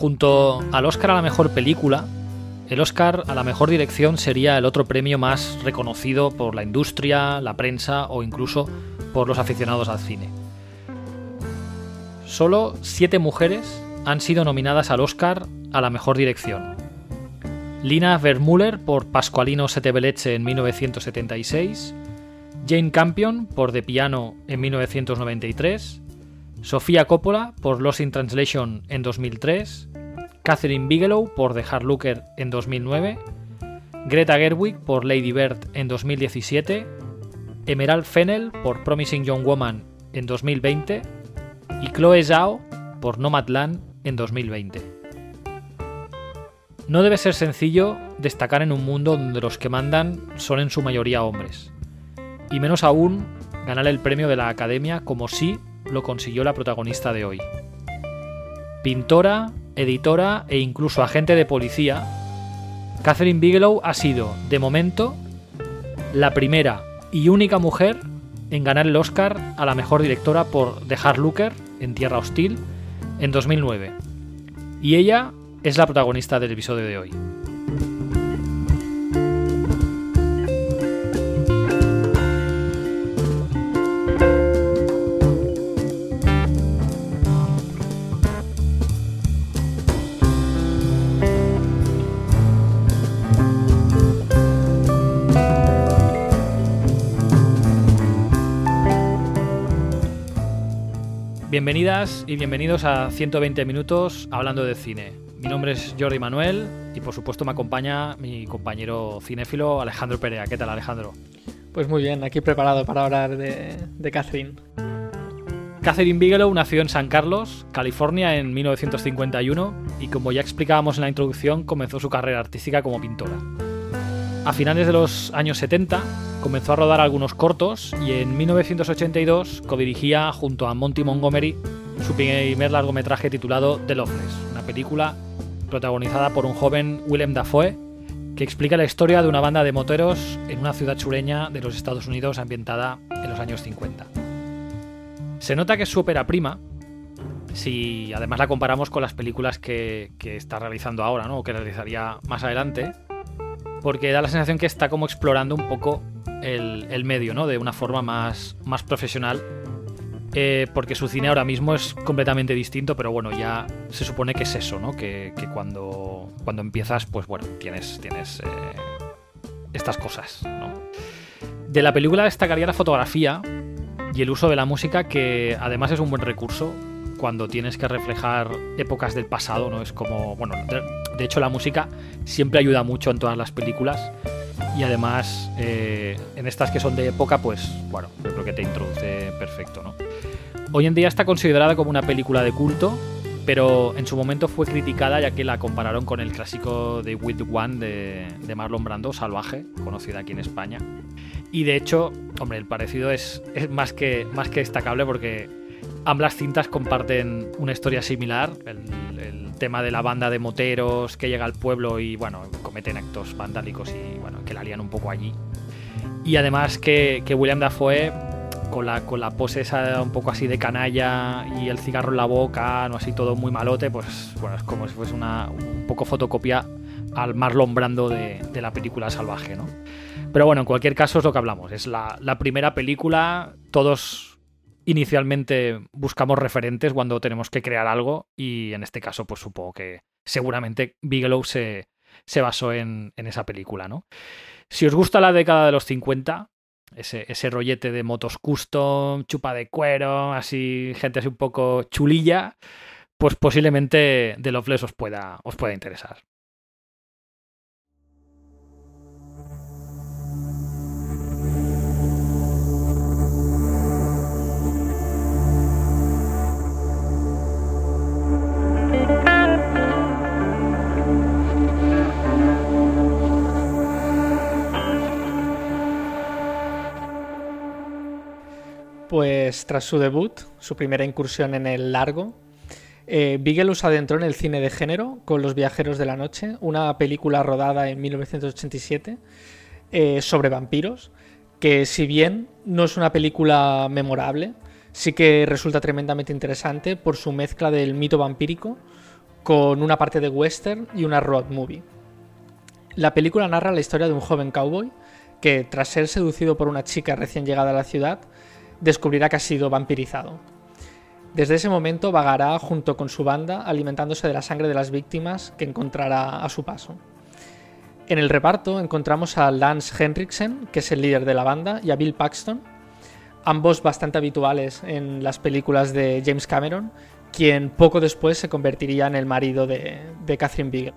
Junto al Oscar a la mejor película, el Oscar a la mejor dirección sería el otro premio más reconocido por la industria, la prensa o incluso por los aficionados al cine. Solo 7 mujeres han sido nominadas al Oscar a la mejor dirección. Lina Wertmüller por Pasqualino Sette Bellezze en 1976, Jane Campion por The Piano en 1993, Sofía Coppola por Lost in Translation en 2003, Kathryn Bigelow por The Hard Looker en 2009, Greta Gerwig por Lady Bird en 2017, Emerald Fennell por Promising Young Woman en 2020 y Chloe Zhao por Nomadland en 2020. No debe ser sencillo destacar en un mundo donde los que mandan son en su mayoría hombres, y menos aún ganar el premio de la Academia como sí lo consiguió la protagonista de hoy. Pintora, editora e incluso agente de policía, Kathryn Bigelow ha sido, de momento, la primera y única mujer en ganar el Oscar a la mejor directora por The Hard Looker en Tierra Hostil en 2009. Y ella es la protagonista del episodio de hoy. Bienvenidas y bienvenidos a 120 minutos hablando de cine. Mi nombre es Jordi Manuel y por supuesto me acompaña mi compañero cinéfilo Alejandro Perea. ¿Qué tal, Alejandro? Pues muy bien, aquí preparado para hablar de Kathryn. Kathryn Bigelow nació en San Carlos, California en 1951 y como ya explicábamos en la introducción comenzó su carrera artística como pintora. A finales de los años 70 comenzó a rodar algunos cortos y en 1982 codirigía junto a Monty Montgomery su primer largometraje titulado The Loveless, una película protagonizada por un joven Willem Dafoe que explica la historia de una banda de moteros en una ciudad sureña de los Estados Unidos ambientada en los años 50. Se nota que es su ópera prima si además la comparamos con las películas que está realizando ahora, ¿no? O que realizaría más adelante, porque da la sensación que está como explorando un poco el medio, ¿no? De una forma más profesional, porque su cine ahora mismo es completamente distinto, pero bueno, ya se supone que es eso, ¿no? Que cuando empiezas, pues bueno, tienes estas cosas, ¿no? De la película destacaría la fotografía y el uso de la música, que además es un buen recurso cuando tienes que reflejar épocas del pasado, ¿no? Es como, bueno, de hecho la música siempre ayuda mucho en todas las películas y además en estas que son de época, pues bueno, yo creo que te introduce perfecto, ¿no? Hoy en día está considerada como una película de culto, pero en su momento fue criticada ya que la compararon con el clásico de With One de Marlon Brando, Salvaje, conocida aquí en España. Y de hecho, hombre, el parecido es más que destacable porque ambas cintas comparten una historia similar, el tema de la banda de moteros que llega al pueblo y bueno, cometen actos vandálicos y bueno, que la lían un poco allí. Y además que Willem Dafoe con la pose esa un poco así de canalla y el cigarro en la boca, no así todo muy malote, pues bueno, es como si fuese un poco fotocopia al Marlon Brando de la película Salvaje, ¿no? Pero bueno, en cualquier caso es lo que hablamos, es la primera película, todos inicialmente buscamos referentes cuando tenemos que crear algo y en este caso pues supongo que seguramente Bigelow se basó en esa película, ¿no? Si os gusta la década de los 50, ese rollete de motos custom, chupa de cuero, así gente así un poco chulilla, pues posiblemente The Loveless os pueda interesar. Pues tras su debut, su primera incursión en el largo, Bigelow se adentró en el cine de género con Los viajeros de la noche, una película rodada en 1987 sobre vampiros, que si bien no es una película memorable, sí que resulta tremendamente interesante por su mezcla del mito vampírico con una parte de western y una road movie. La película narra la historia de un joven cowboy que, tras ser seducido por una chica recién llegada a la ciudad, descubrirá que ha sido vampirizado. Desde ese momento vagará junto con su banda, alimentándose de la sangre de las víctimas que encontrará a su paso. En el reparto encontramos a Lance Henriksen, que es el líder de la banda, y a Bill Paxton, ambos bastante habituales en las películas de James Cameron, quien poco después se convertiría en el marido de Catherine Bigelow.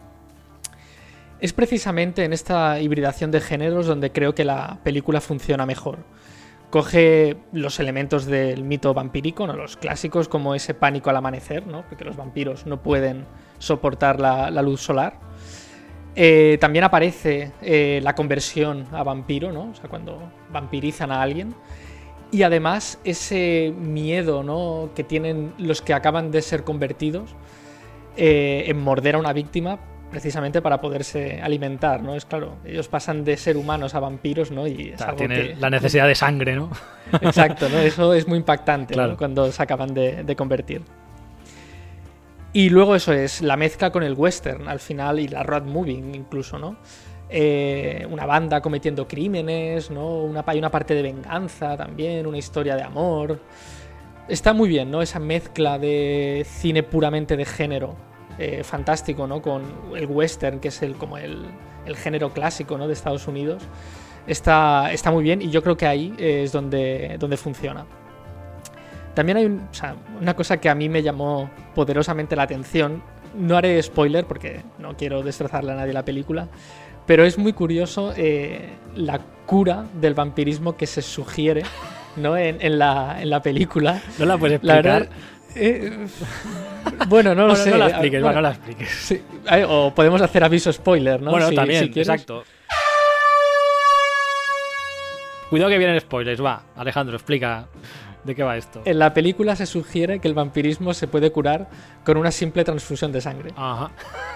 Es precisamente en esta hibridación de géneros donde creo que la película funciona mejor. Coge los elementos del mito vampírico, ¿no? Los clásicos, como ese pánico al amanecer, ¿no? Porque los vampiros no pueden soportar la luz solar. También aparece la conversión a vampiro, ¿no? O sea, cuando vampirizan a alguien. Y además ese miedo, ¿no?, que tienen los que acaban de ser convertidos en morder a una víctima precisamente para poderse alimentar, ¿no? Es claro, ellos pasan de ser humanos a vampiros, ¿no? Y es algo tiene la necesidad de sangre, ¿no? Exacto, ¿no? Eso es muy impactante, claro, ¿no?, cuando se acaban de convertir. Y luego eso es la mezcla con el western al final y la road movie incluso, ¿no? Una banda cometiendo crímenes, ¿no? Hay una parte de venganza también, una historia de amor. Está muy bien, ¿no? Esa mezcla de cine puramente de género. Fantástico, ¿no? Con el western, que es como el género clásico, ¿no?, de Estados Unidos. Está muy bien y yo creo que ahí es donde funciona. También hay una cosa que a mí me llamó poderosamente la atención. No haré spoiler porque no quiero destrozarle a nadie la película, pero es muy curioso la cura del vampirismo que se sugiere, ¿no?, en la película. ¿No la puedes explicar? La verdad, bueno, no lo sé. No la expliques, no la expliques. Sí. O podemos hacer aviso spoiler, ¿no? Bueno, también, si quieres. exacto. Cuidado que vienen spoilers, va. Alejandro, explica de qué va esto. En la película se sugiere que el vampirismo se puede curar con una simple transfusión de sangre. Ajá.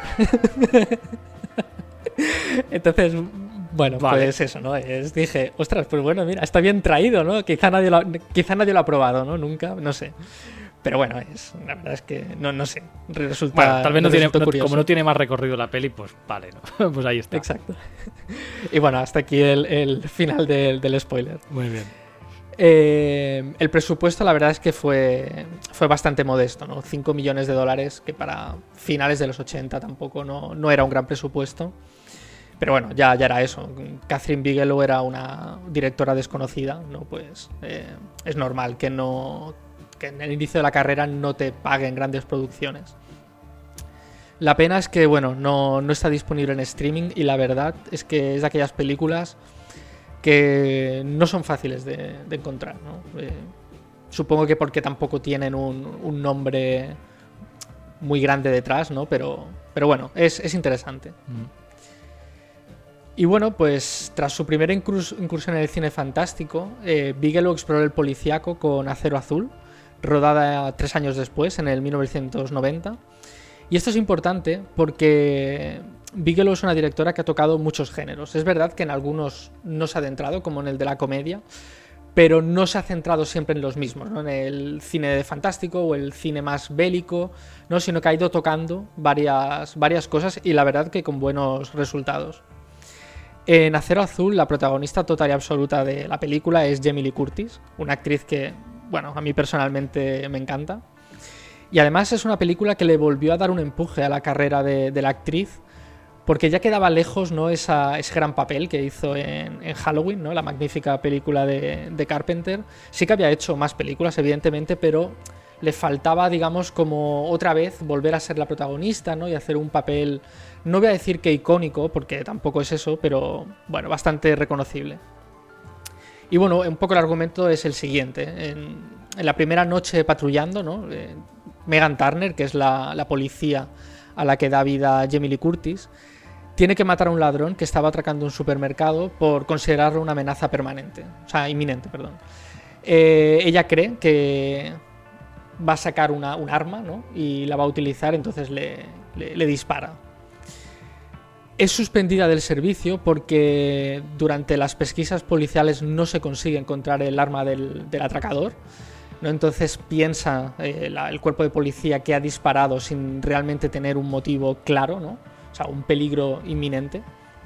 Entonces, bueno, vale. Pues eso, ¿no? Dije, ostras, pues bueno, mira, está bien traído, ¿no? Quizá nadie lo ha probado, ¿no? Nunca, no sé. Pero bueno, la verdad es que no sé. Resulta, bueno, tal vez no tiene, como no tiene más recorrido la peli, pues vale, ¿no? Pues ahí está. Exacto. Y bueno, hasta aquí el final del spoiler. Muy bien. El presupuesto, la verdad es que fue bastante modesto, ¿no? 5 millones de dólares, que para finales de los 80 tampoco no era un gran presupuesto. Pero bueno, ya era eso. Catherine Bigelow era una directora desconocida, ¿no? Pues es normal que en el inicio de la carrera no te paguen grandes producciones. La pena es que, bueno, no está disponible en streaming y la verdad es que es de aquellas películas que no son fáciles de encontrar, ¿no? Supongo que porque tampoco tienen un nombre muy grande detrás, ¿no? Pero bueno, es interesante. Y bueno, pues tras su primera incursión en el cine fantástico, Bigelow exploró el policíaco con Acero Azul, rodada 3 años después, en el 1990. Y esto es importante porque Bigelow es una directora que ha tocado muchos géneros. Es verdad que en algunos no se ha adentrado, como en el de la comedia, pero no se ha centrado siempre en los mismos, ¿no? En el cine fantástico o el cine más bélico, ¿no? Sino que ha ido tocando varias cosas y la verdad que con buenos resultados. En Acero Azul, la protagonista total y absoluta de la película es Jamie Lee Curtis, una actriz que, bueno, a mí personalmente me encanta. Y además es una película que le volvió a dar un empuje a la carrera de la actriz, porque ya quedaba lejos, ¿no?, ese gran papel que hizo en Halloween, ¿no?, la magnífica película de Carpenter. Sí que había hecho más películas, evidentemente, pero le faltaba, digamos, como otra vez volver a ser la protagonista, ¿no?, y hacer un papel, no voy a decir que icónico, porque tampoco es eso, pero bueno, bastante reconocible. Y bueno, un poco el argumento es el siguiente. En la primera noche patrullando, ¿no?, Megan Turner, que es la policía a la que da vida Jamie Lee Curtis, tiene que matar a un ladrón que estaba atracando un supermercado por considerarlo una amenaza inminente, perdón. Ella cree que va a sacar un arma, ¿no?, y la va a utilizar, entonces le dispara. Es suspendida del servicio porque durante las pesquisas policiales no se consigue encontrar el arma del atracador, ¿no? Entonces piensa el cuerpo de policía que ha disparado sin realmente tener un motivo claro, ¿no? O sea, un peligro inminente.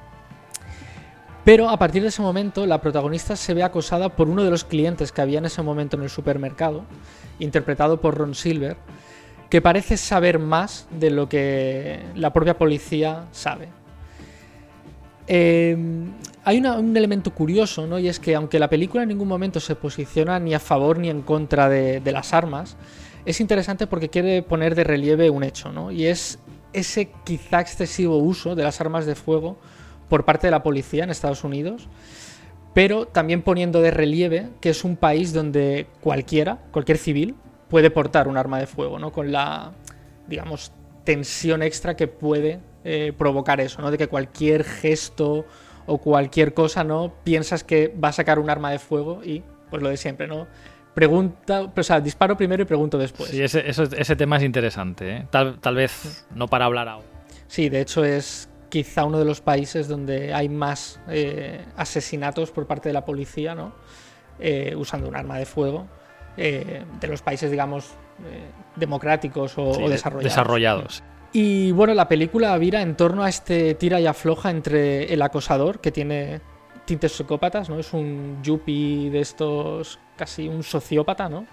Pero a partir de ese momento la protagonista se ve acosada por uno de los clientes que había en ese momento en el supermercado, interpretado por Ron Silver, que parece saber más de lo que la propia policía sabe. Hay un elemento curioso, ¿no? Y es que aunque la película en ningún momento se posiciona ni a favor ni en contra de las armas, es interesante porque quiere poner de relieve un hecho, ¿no? Y es ese quizá excesivo uso de las armas de fuego por parte de la policía en Estados Unidos, pero también poniendo de relieve que es un país donde cualquier civil puede portar un arma de fuego, ¿no? Con la, digamos, tensión extra que puede provocar eso, ¿no? De que cualquier gesto o cualquier cosa, ¿no? Piensas que va a sacar un arma de fuego y, pues lo de siempre, ¿no? Disparo primero y pregunto después. Sí, ese tema es interesante, ¿eh? Tal vez no para hablar ahora. Sí, de hecho es quizá uno de los países donde hay más asesinatos por parte de la policía, ¿no? Usando un arma de fuego, de los países, digamos, democráticos o desarrollados. Y bueno, la película vira en torno a este tira y afloja entre el acosador, que tiene tintes psicópatas, ¿no? Es un yuppie de estos, casi un sociópata, ¿no?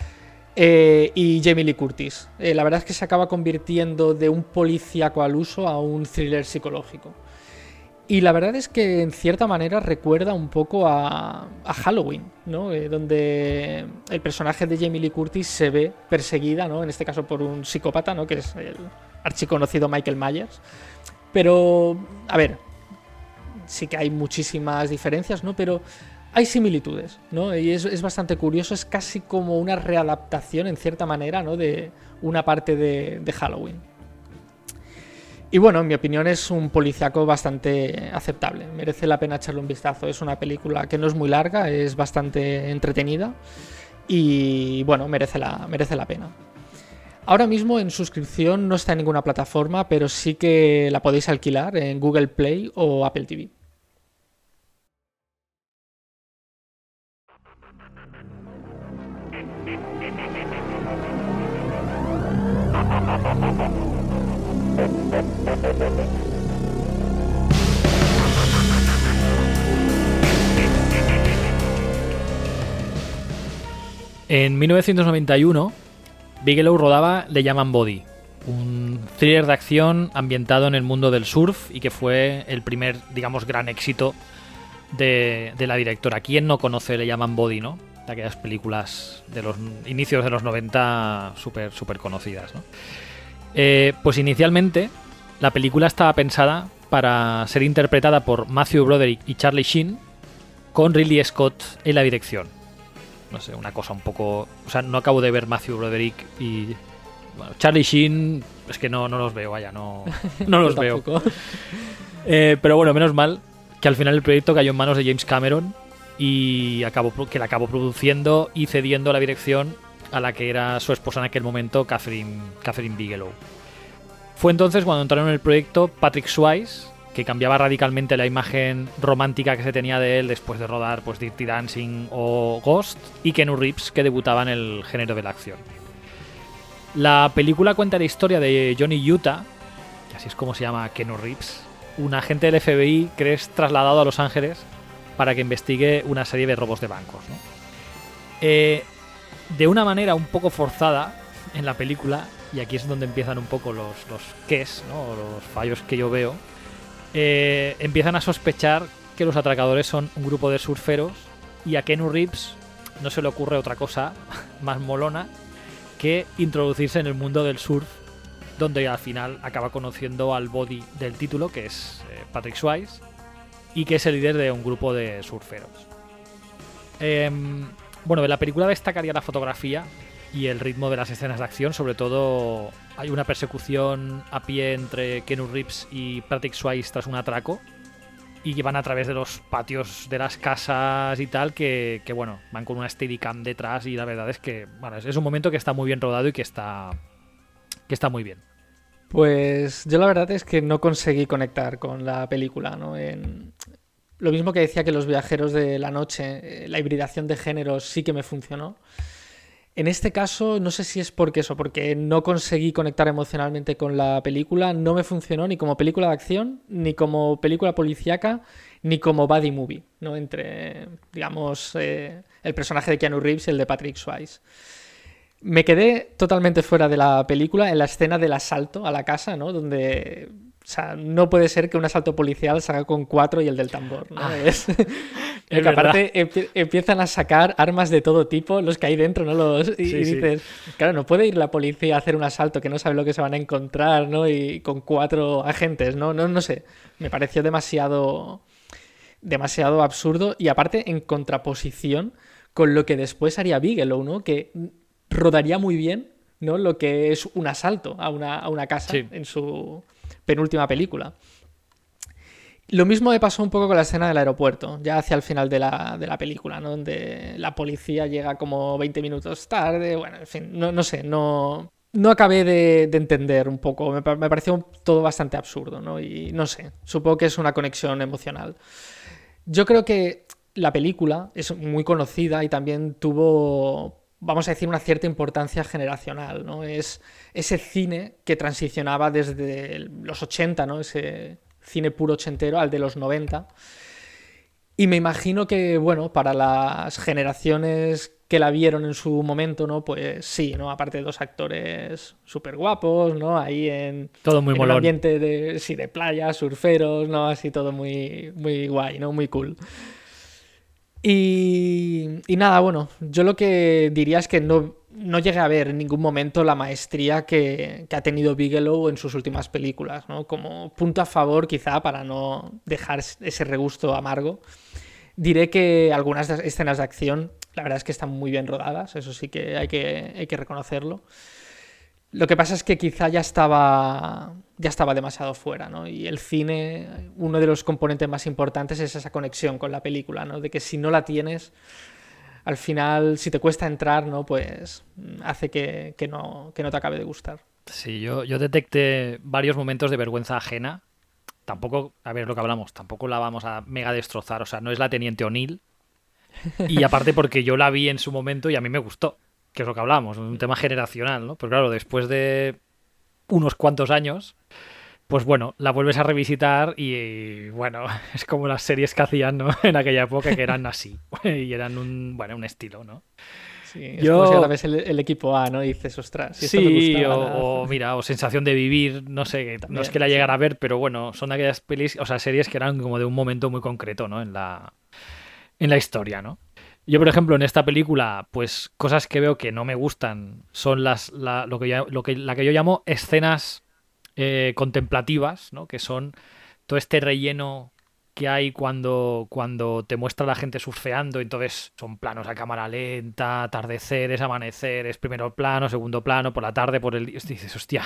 Y Jamie Lee Curtis. La verdad es que se acaba convirtiendo de un policíaco al uso a un thriller psicológico. Y la verdad es que en cierta manera recuerda un poco a Halloween, ¿no? Donde el personaje de Jamie Lee Curtis se ve perseguida, ¿no? En este caso por un psicópata, ¿no? Que es el archiconocido Michael Myers. Pero, a ver, sí que hay muchísimas diferencias, ¿no? Pero hay similitudes, ¿no? Y es bastante curioso, es casi como una readaptación en cierta manera, ¿no? De una parte de Halloween. Y bueno, en mi opinión es un policíaco bastante aceptable, merece la pena echarle un vistazo. Es una película que no es muy larga, es bastante entretenida y bueno, merece la pena. Ahora mismo en suscripción no está en ninguna plataforma, pero sí que la podéis alquilar en Google Play o Apple TV. En 1991, Bigelow rodaba Le llaman Body, un thriller de acción ambientado en el mundo del surf y que fue el primer, digamos, gran éxito de la directora. ¿Quién no conoce Le llaman Body, no? De aquellas películas de los inicios de los 90 súper conocidas, ¿no? Pues inicialmente la película estaba pensada para ser interpretada por Matthew Broderick y Charlie Sheen, con Ridley Scott en la dirección. No sé, una cosa un poco... O sea, no acabo de ver Matthew Broderick y... Bueno, Charlie Sheen, es que no los veo, vaya, no los veo. Pero bueno, menos mal que al final el proyecto cayó en manos de James Cameron y que la acabó produciendo y cediendo la dirección a la que era su esposa en aquel momento, Catherine Bigelow. Fue entonces cuando entraron en el proyecto Patrick Swayze, que cambiaba radicalmente la imagen romántica que se tenía de él después de rodar pues Dirty Dancing o Ghost, y Keanu Reeves, que debutaba en el género de la acción. La película cuenta la historia de Johnny Utah, que así es como se llama Keanu Reeves, un agente del FBI que es trasladado a Los Ángeles para que investigue una serie de robos de bancos, ¿no? De una manera un poco forzada en la película, y aquí es donde empiezan un poco los qués, ¿no? O los fallos que yo veo. Empiezan a sospechar que los atracadores son un grupo de surferos, y a Keanu Reeves no se le ocurre otra cosa más molona que introducirse en el mundo del surf, donde al final acaba conociendo al body del título, que es Patrick Swayze, y que es el líder de un grupo de surferos. Bueno, de la película destacaría la fotografía y el ritmo de las escenas de acción. Sobre todo hay una persecución a pie entre Keanu Reeves y Patrick Swayze tras un atraco, y van a través de los patios de las casas y tal, que bueno, van con una Steadicam detrás, y la verdad es que bueno, es un momento que está muy bien rodado y que está muy bien. Pues yo la verdad es que no conseguí conectar con la película, ¿no? Lo mismo que decía que Los viajeros de la noche, la hibridación de géneros sí que me funcionó. En este caso, no sé si es porque eso, porque no conseguí conectar emocionalmente con la película, no me funcionó ni como película de acción, ni como película policíaca, ni como buddy movie, ¿no? Entre, digamos, el personaje de Keanu Reeves y el de Patrick Swayze. Me quedé totalmente fuera de la película en la escena del asalto a la casa, ¿no? Donde, o sea, no puede ser que un asalto policial salga con 4 y el del tambor, ¿no? Que aparte empiezan a sacar armas de todo tipo, los que hay dentro, ¿no? Y dices, claro, no puede ir la policía a hacer un asalto que no sabe lo que se van a encontrar, ¿no? Y con 4 agentes, ¿no? No sé, me pareció demasiado absurdo y aparte en contraposición con lo que después haría Bigelow, ¿no? Que rodaría muy bien, ¿no? Lo que es un asalto a una casa en su penúltima película. Lo mismo me pasó un poco con la escena del aeropuerto, ya hacia el final de la película, ¿no? Donde la policía llega como 20 minutos tarde, bueno, en fin, no sé, no acabé de entender un poco, me pareció todo bastante absurdo, ¿no? Y no sé, supongo que es una conexión emocional. Yo creo que la película es muy conocida y también tuvo, vamos a decir, una cierta importancia generacional, ¿no? Es ese cine que transicionaba desde los 80, ¿no? Ese cine puro ochentero al de los 90. Y me imagino que, bueno, para las generaciones que la vieron en su momento, ¿no? Pues sí, ¿no? Aparte de 2 actores súper guapos, ¿no? Ahí todo muy en un ambiente de playa, surferos, ¿no? Así todo muy, muy guay, ¿no? Muy cool. Y nada, bueno, yo lo que diría es que no llegué a ver en ningún momento la maestría que ha tenido Bigelow en sus últimas películas, ¿no? Como punto a favor, quizá, para no dejar ese regusto amargo, diré que algunas escenas de acción, la verdad es que están muy bien rodadas, eso sí que hay que reconocerlo. Lo que pasa es que quizá ya estaba demasiado fuera, ¿no? Y el cine, uno de los componentes más importantes es esa conexión con la película, ¿no? De que si no la tienes, al final, si te cuesta entrar, ¿no? Pues hace que no te acabe de gustar. Sí, yo detecté varios momentos de vergüenza ajena. Tampoco, a ver lo que hablamos, tampoco la vamos a mega destrozar, o sea, no es la Teniente O'Neill. Y aparte porque yo la vi en su momento y a mí me gustó, que es lo que hablamos, un tema generacional, ¿no? Pero claro, después de unos cuantos años, pues bueno, la vuelves a revisitar y bueno, es como las series que hacían, ¿no? En aquella época que eran así y eran un estilo, ¿no? Sí, es como si ahora ves el equipo A, ¿no? Y dices, ostras, si esto me gustaba, o mira, o Sensación de Vivir, no sé, también, no es que la llegara a ver, pero bueno, son aquellas pelis, o sea, series que eran como de un momento muy concreto, ¿no? En la historia, ¿no? Yo, por ejemplo, en esta película, pues cosas que veo que no me gustan son la que yo llamo escenas contemplativas, ¿no? Que son todo este relleno que hay cuando te muestra a la gente surfeando, entonces son planos a cámara lenta, atardeceres, amaneceres, primero plano, segundo plano, por la tarde, por el día. Dices, hostia,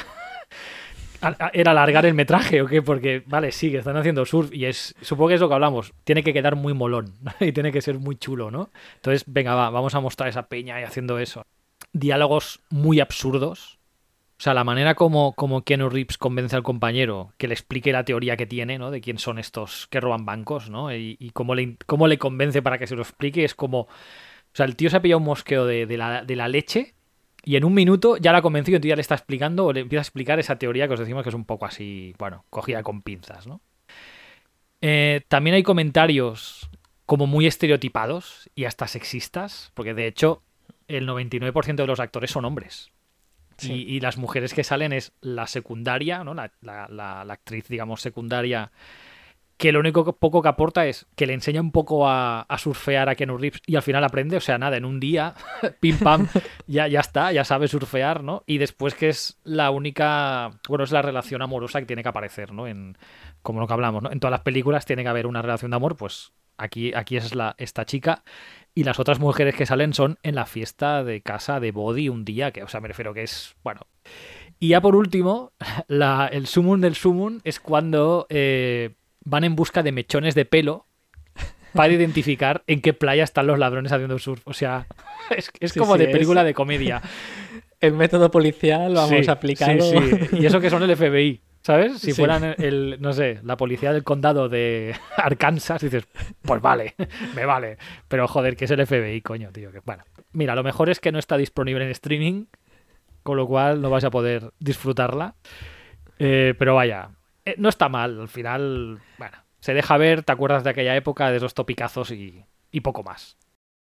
¿era alargar el metraje o qué? Porque, vale, sí, que están haciendo surf y supongo que es lo que hablamos, tiene que quedar muy molón, ¿no? Y tiene que ser muy chulo, ¿no? Entonces, venga, vamos a mostrar esa peña y haciendo eso. Diálogos muy absurdos. O sea, la manera como Keanu Reeves convence al compañero que le explique la teoría que tiene, ¿no? De quién son estos que roban bancos, ¿no? Y cómo le convence para que se lo explique es como... O sea, el tío se ha pillado un mosqueo de la leche y en un minuto ya la ha convencido y entonces ya le está explicando o le empieza a explicar esa teoría que os decimos que es un poco así, bueno, cogida con pinzas, ¿no? También hay comentarios como muy estereotipados y hasta sexistas, porque de hecho el 99% de los actores son hombres. Sí. Y las mujeres que salen es la secundaria, ¿no? La actriz, digamos, secundaria, que lo único poco que aporta es que le enseña un poco a surfear a Keanu Reeves y al final aprende, o sea, nada, en un día, pim pam, ya está, ya sabe surfear, ¿no? Y después que es la única, bueno, es la relación amorosa que tiene que aparecer, ¿no? Como lo que hablamos, ¿no? En todas las películas tiene que haber una relación de amor, pues aquí es esta chica. Y las otras mujeres que salen son en la fiesta de casa de Body un día, que, o sea, me refiero que es, bueno. Y ya por último, el sumum del sumum es cuando van en busca de mechones de pelo para identificar en qué playa están los ladrones haciendo surf. O sea, es como de película de comedia. El método policial, vamos a aplicarlo. Sí. Y eso que son el FBI. ¿sabes? Si Sí. fueran no sé, la policía del condado de Arkansas, dices, pues vale, me vale. Pero joder, que es el FBI, coño, tío. Que, bueno, mira, lo mejor es que no está disponible en streaming, con lo cual no vas a poder disfrutarla. Pero vaya, no está mal. Al final, bueno, se deja ver, te acuerdas de aquella época, de esos topicazos y poco más.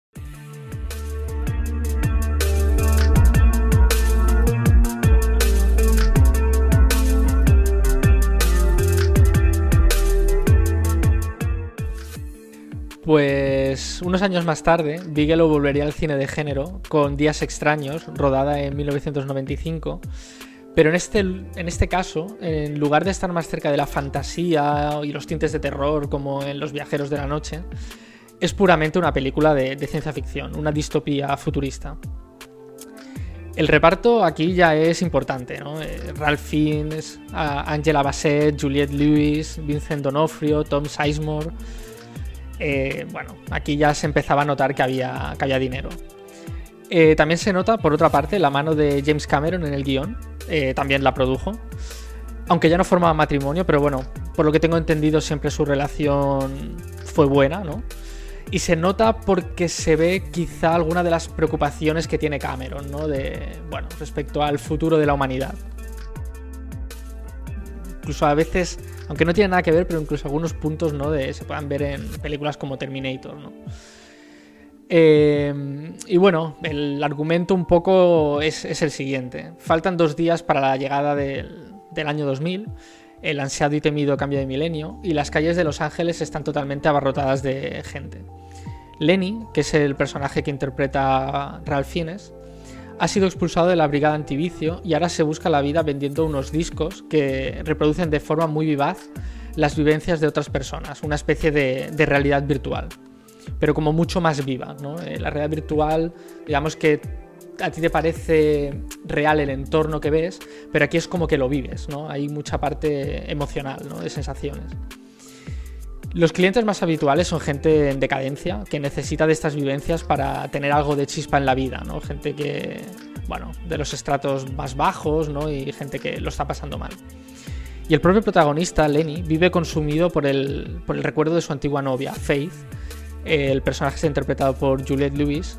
Pues unos años más tarde, Bigelow volvería al cine de género con Días extraños, rodada en 1995. Pero en este caso, en lugar de estar más cerca de la fantasía y los tintes de terror como en Los viajeros de la noche, es puramente una película de ciencia ficción, una distopía futurista. El reparto aquí ya es importante, ¿no? Ralph Fiennes, Angela Bassett, Juliette Lewis, Vincent D'Onofrio, Tom Sizemore. Bueno, aquí ya se empezaba a notar que había dinero. También se nota, por otra parte, la mano de James Cameron en el guión. También la produjo. Aunque ya no formaba matrimonio, pero bueno, por lo que tengo entendido siempre su relación fue buena, ¿no? Y se nota porque se ve quizá alguna de las preocupaciones que tiene Cameron, ¿no? Bueno, respecto al futuro de la humanidad. Incluso a veces, aunque no tiene nada que ver, pero incluso algunos puntos, ¿no? Se puedan ver en películas como Terminator, ¿no? Y bueno, el argumento un poco es el siguiente. Faltan 2 días para la llegada del año 2000, el ansiado y temido cambio de milenio, y las calles de Los Ángeles están totalmente abarrotadas de gente. Lenny, que es el personaje que interpreta Ralph Fiennes, ha sido expulsado de la brigada antivicio y ahora se busca la vida vendiendo unos discos que reproducen de forma muy vivaz las vivencias de otras personas, una especie de realidad virtual, pero como mucho más viva, ¿no? La realidad virtual, digamos que a ti te parece real el entorno que ves, pero aquí es como que lo vives, ¿no? Hay mucha parte emocional, ¿no? De sensaciones. Los clientes más habituales son gente en decadencia, que necesita de estas vivencias para tener algo de chispa en la vida, ¿no? Gente que, bueno, de los estratos más bajos, ¿no? Y gente que lo está pasando mal. Y el propio protagonista, Lenny, vive consumido por el recuerdo de su antigua novia, Faith. El personaje está interpretado por Juliette Lewis.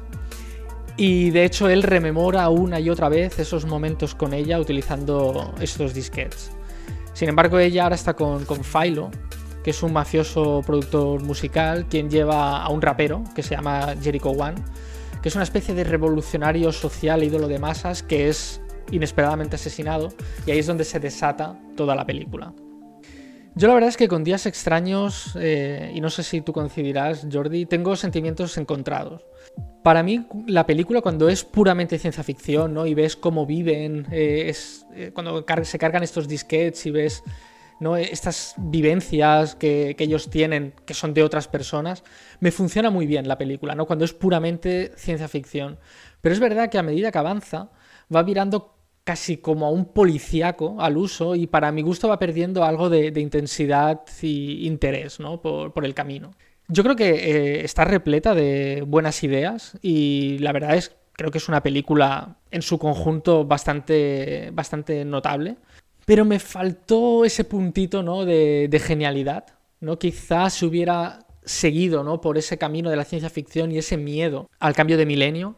Y de hecho él rememora una y otra vez esos momentos con ella utilizando estos disquetes. Sin embargo, ella ahora está con Philo, que es un mafioso productor musical, quien lleva a un rapero que se llama Jericho One, que es una especie de revolucionario social e ídolo de masas que es inesperadamente asesinado, y ahí es donde se desata toda la película. Yo la verdad es que con Días extraños, y no sé si tú coincidirás, Jordi, tengo sentimientos encontrados. Para mí, la película, cuando es puramente ciencia ficción, ¿no? Y ves cómo viven, cuando se cargan estos disquetes y ves, ¿no? Estas vivencias que ellos tienen, que son de otras personas, me funciona muy bien la película, ¿no? Cuando es puramente ciencia ficción. Pero es verdad que a medida que avanza, va virando casi como a un policíaco al uso, y para mi gusto va perdiendo algo de intensidad y interés, ¿no? por el camino. Yo creo que está repleta de buenas ideas, y la verdad es creo que es una película en su conjunto bastante notable, pero me faltó ese puntito, ¿no? de genialidad, ¿no? Quizás se hubiera seguido, ¿no? por ese camino de la ciencia ficción y ese miedo al cambio de milenio,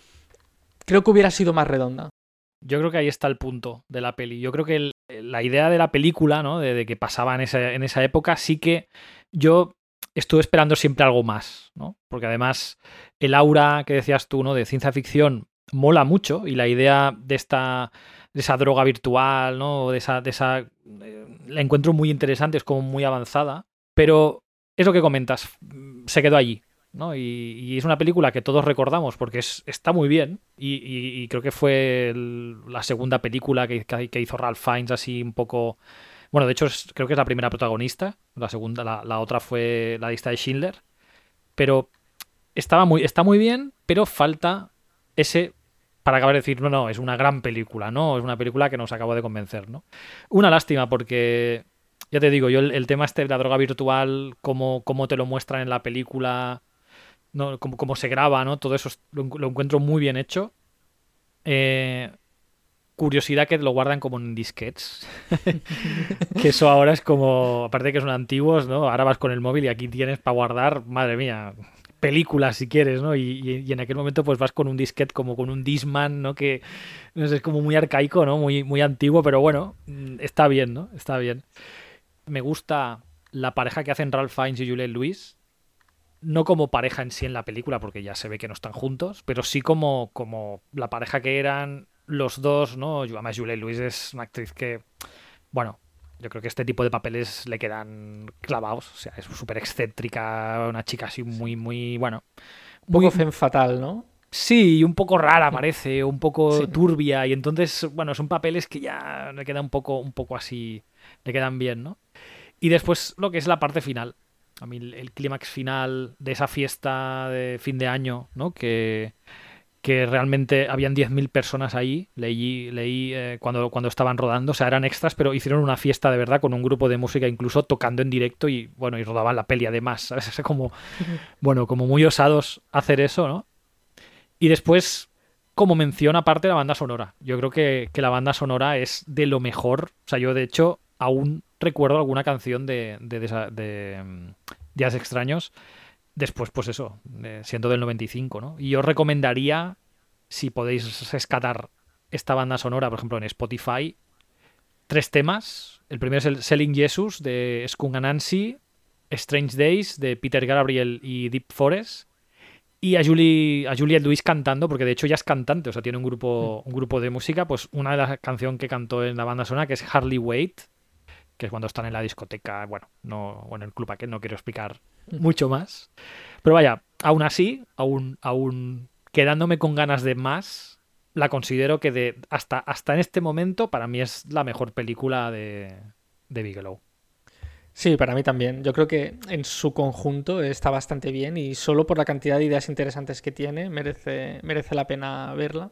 creo que hubiera sido más redonda. Yo creo que ahí está el punto de la peli. Yo creo que la idea de la película, ¿no? de que pasaba en esa época, sí que yo estuve esperando siempre algo más, ¿no? Porque además el aura que decías tú, ¿no? de ciencia ficción mola mucho, y la idea de esa droga virtual, ¿no? de esa la encuentro muy interesante, es como muy avanzada, pero es lo que comentas, se quedó allí, ¿no? Y es una película que todos recordamos porque está muy bien, y creo que fue la segunda película que hizo Ralph Fiennes así un poco... Bueno, de hecho creo que es la primera protagonista, la segunda, la otra fue La lista de Schindler, pero está muy bien, pero falta ese para acabar de decir, no, es una gran película, no, es una película que nos acabó de convencer, ¿no? Una lástima porque, ya te digo, yo el tema de la droga virtual, cómo te lo muestran en la película, ¿no? Cómo se graba, ¿no? Todo eso lo encuentro muy bien hecho. curiosidad que lo guardan como en disquetes. Que eso ahora es como, aparte de que son antiguos, ¿no? Ahora vas con el móvil y aquí tienes para guardar, madre mía, películas si quieres, ¿no? Y en aquel momento pues vas con un disquete como con un Discman, ¿no? Que no sé, es como muy arcaico, ¿no? Muy, muy antiguo, pero bueno, está bien, ¿no? Está bien. Me gusta la pareja que hacen Ralph Fiennes y Juliette Lewis. No como pareja en sí en la película, porque ya se ve que no están juntos, pero sí como la pareja que eran los dos, ¿no? Además, Juliette Lewis es una actriz que, bueno, yo creo que este tipo de papeles le quedan clavados. O sea, es súper excéntrica, una chica así muy, muy, bueno. Un poco Muy, femme fatal, ¿no? sí, un poco rara parece, un poco Sí. turbia, y entonces, bueno, son papeles que ya le quedan un poco así, le quedan bien, ¿no? Y después lo que es la parte final. A mí el clímax final de esa fiesta de fin de año, ¿no? Que realmente habían 10.000 personas ahí, leí cuando estaban rodando, o sea, eran extras, pero hicieron una fiesta de verdad con un grupo de música incluso tocando en directo y, bueno, y rodaban la peli además, ¿sabes? Es como, bueno, como muy osados hacer eso, ¿no? Y después, como mención aparte, la banda sonora. Yo creo que la banda sonora es de lo mejor. O sea, yo de hecho aún recuerdo alguna canción de Días Extraños. Después, pues eso, siendo del 95, ¿no? Y yo os recomendaría, si podéis rescatar esta banda sonora, por ejemplo, en Spotify, 3 temas. El primero es el Selling Jesus de Skunk Anansi, Strange Days de Peter Gabriel y Deep Forest, y a Juliette Lewis cantando, porque de hecho ya es cantante, o sea, tiene un grupo de música. Pues una de las canciones que cantó en la banda sonora, que es Hardly Wait, que es cuando están en la discoteca, bueno, no, o en el club aquel, no quiero explicar mucho más. Pero vaya, aún así, aún quedándome con ganas de más, la considero que hasta en este momento para mí es la mejor película de Bigelow. Sí, para mí también. Yo creo que en su conjunto está bastante bien y solo por la cantidad de ideas interesantes que tiene merece la pena verla.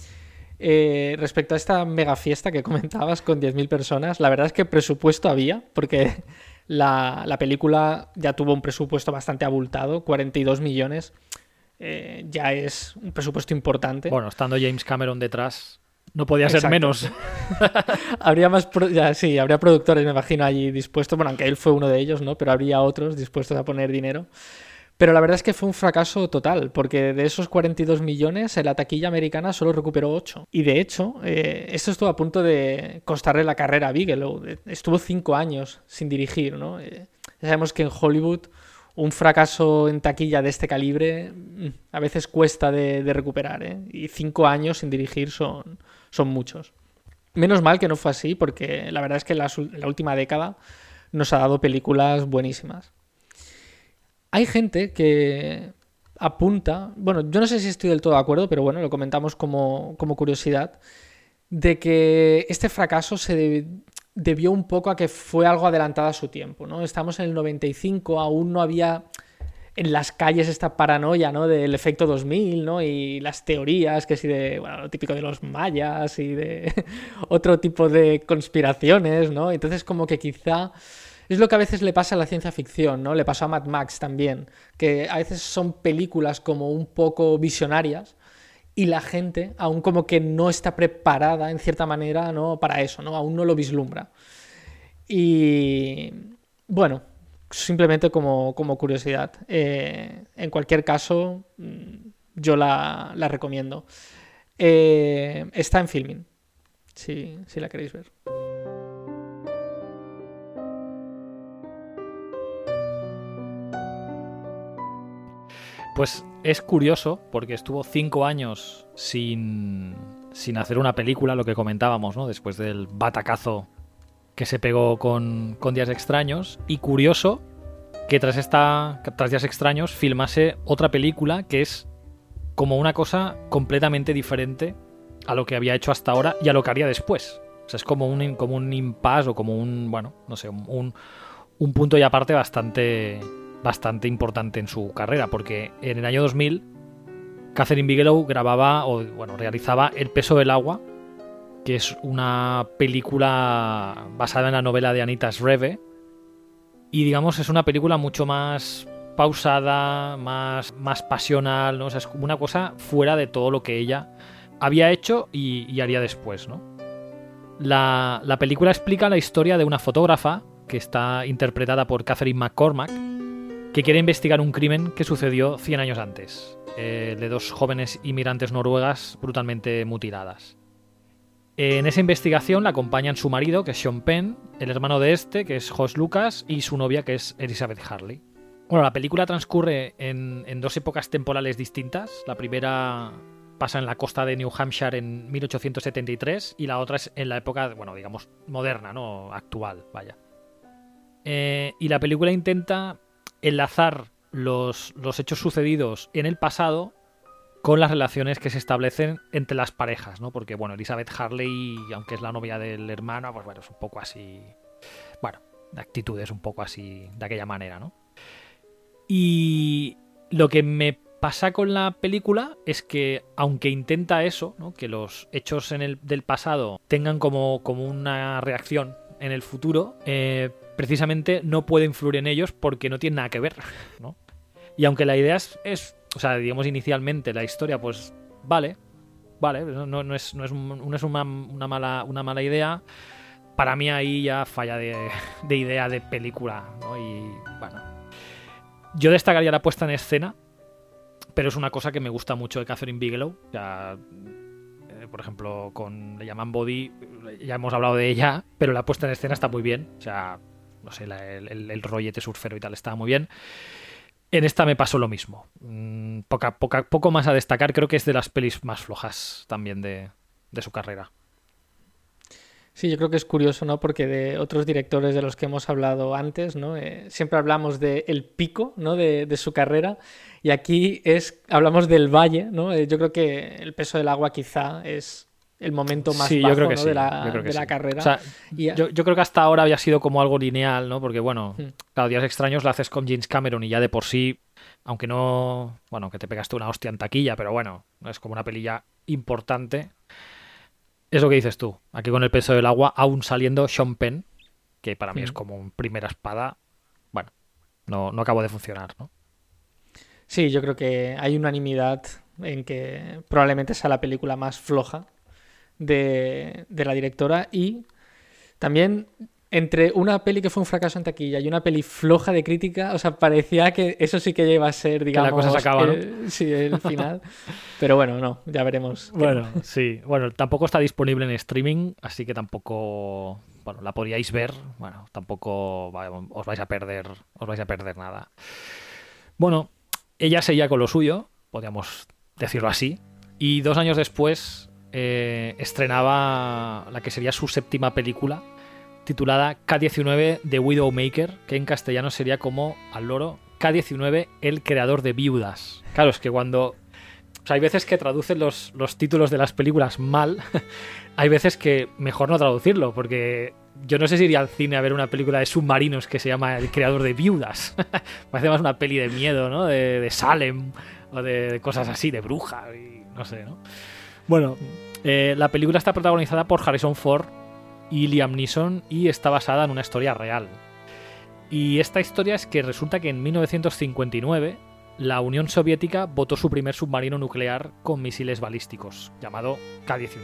Respecto a esta mega fiesta que comentabas con 10.000 personas, la verdad es que presupuesto había, porque la película ya tuvo un presupuesto bastante abultado, 42 millones. Ya es un presupuesto importante. Bueno, estando James Cameron detrás, no podía ser Exacto. menos. Habría sí, habría productores, me imagino, allí dispuestos, bueno, aunque él fue uno de ellos, ¿no? Pero habría otros dispuestos a poner dinero. Pero la verdad es que fue un fracaso total, porque de esos 42 millones, en la taquilla americana solo recuperó 8. Y de hecho, esto estuvo a punto de costarle la carrera a Bigelow. Estuvo 5 años sin dirigir, ¿no? Ya sabemos que en Hollywood un fracaso en taquilla de este calibre a veces cuesta de recuperar, ¿eh? Y 5 años sin dirigir son muchos. Menos mal que no fue así, porque la verdad es que la última década nos ha dado películas buenísimas. Hay gente que apunta, bueno, yo no sé si estoy del todo de acuerdo, pero bueno, lo comentamos como curiosidad, de que este fracaso se debió un poco a que fue algo adelantado a su tiempo, ¿no? Estamos en el 95, aún no había en las calles esta paranoia, ¿no? Del efecto 2000, ¿no? Y las teorías, que sí, de, bueno, lo típico de los mayas y de otro tipo de conspiraciones, ¿no? Entonces como que quizá es lo que a veces le pasa a la ciencia ficción, ¿no? Le pasó a Mad Max también, que a veces son películas como un poco visionarias y la gente aún como que no está preparada en cierta manera, ¿no? Para eso, ¿no? Aún no lo vislumbra. Y bueno, simplemente como curiosidad. En cualquier caso, yo la recomiendo. Está en Filmin, si la queréis ver. Pues es curioso, porque estuvo 5 años sin hacer una película, lo que comentábamos, ¿no? Después del batacazo que se pegó con Días Extraños. Y curioso que tras Días Extraños filmase otra película que es como una cosa completamente diferente a lo que había hecho hasta ahora y a lo que haría después. O sea, es como un impasse o como un, bueno, no sé, un punto y aparte bastante importante en su carrera, porque en el año 2000 Catherine Bigelow realizaba El peso del agua, que es una película basada en la novela de Anita Shreve, y digamos es una película mucho más pausada, más pasional, ¿no? O sea, es como una cosa fuera de todo lo que ella había hecho y haría después, ¿no? La película explica la historia de una fotógrafa que está interpretada por Catherine McCormack, que quiere investigar un crimen que sucedió 100 años antes, de 2 jóvenes inmigrantes noruegas brutalmente mutiladas. En esa investigación la acompañan su marido, que es Sean Penn, el hermano de este, que es Josh Lucas, y su novia, que es Elizabeth Harley. Bueno, la película transcurre en 2 épocas temporales distintas. La primera pasa en la costa de New Hampshire en 1873 y la otra es en la época, bueno, digamos, moderna, ¿no? Actual, vaya. Y la película intenta enlazar los hechos sucedidos en el pasado con las relaciones que se establecen entre las parejas, ¿no? Porque, bueno, Elizabeth Harley, aunque es la novia del hermano, pues bueno, es un poco así... Bueno, de actitudes un poco así, de aquella manera, ¿no? Y lo que me pasa con la película es que, aunque intenta eso, ¿no? Que los hechos del pasado tengan como una reacción en el futuro, precisamente no puede influir en ellos porque no tiene nada que ver, ¿no? Y aunque la idea es o sea, digamos, inicialmente la historia, pues vale, no es una mala idea. Para mí ahí ya falla de idea de película, ¿no? Y bueno, yo destacaría la puesta en escena, pero es una cosa que me gusta mucho de Catherine Bigelow. Ya, por ejemplo, con Le llaman Body, ya hemos hablado de ella, pero la puesta en escena está muy bien. O sea, no sé, el rollete surfero y tal está muy bien. En esta me pasó lo mismo. Poco más a destacar. Creo que es de las pelis más flojas también de su carrera. Sí, yo creo que es curioso, ¿no? Porque de otros directores de los que hemos hablado antes, ¿no? Siempre hablamos del pico, ¿no? de su carrera, y aquí hablamos del valle, ¿no? Yo creo que El peso del agua quizá es el momento más bajo, yo creo que ¿no? sí, de la carrera. O sea, yo creo que hasta ahora había sido como algo lineal, ¿no? Porque, bueno, claro, Días extraños lo haces con James Cameron y ya de por sí, aunque no... Bueno, que te pegaste una hostia en taquilla, pero bueno, es como una pelilla importante. Es lo que dices tú. Aquí con El peso del agua, aún saliendo Sean Penn, que para mí es como un primera espada, bueno, no acabó de funcionar, ¿no? Sí, yo creo que hay unanimidad en que probablemente sea la película más floja de la directora, y también entre una peli que fue un fracaso en taquilla y una peli floja de crítica, o sea, parecía que eso sí que iba a ser, digamos, que la cosa se acaba, ¿no? Sí, el final. Pero bueno, no, ya veremos. Bueno, sí. Bueno, tampoco está disponible en streaming, así que tampoco... Bueno, la podríais ver. Bueno, tampoco os vais a perder nada. Bueno, ella seguía con lo suyo, podríamos decirlo así, y 2 años después estrenaba la que sería su 7ª película, titulada K-19 The Widowmaker, que en castellano sería como al loro K-19 el creador de viudas. Claro, es que cuando... O sea, hay veces que traducen los títulos de las películas mal. Hay veces que mejor no traducirlo, porque yo no sé si iría al cine a ver una película de submarinos que se llama El creador de viudas. Parece más una peli de miedo, ¿no? De Salem o de cosas así, de bruja y no sé, ¿no? Bueno, la película está protagonizada por Harrison Ford y Liam Neeson y está basada en una historia real. Y esta historia es que resulta que en 1959 la Unión Soviética botó su primer submarino nuclear con misiles balísticos, llamado K-19.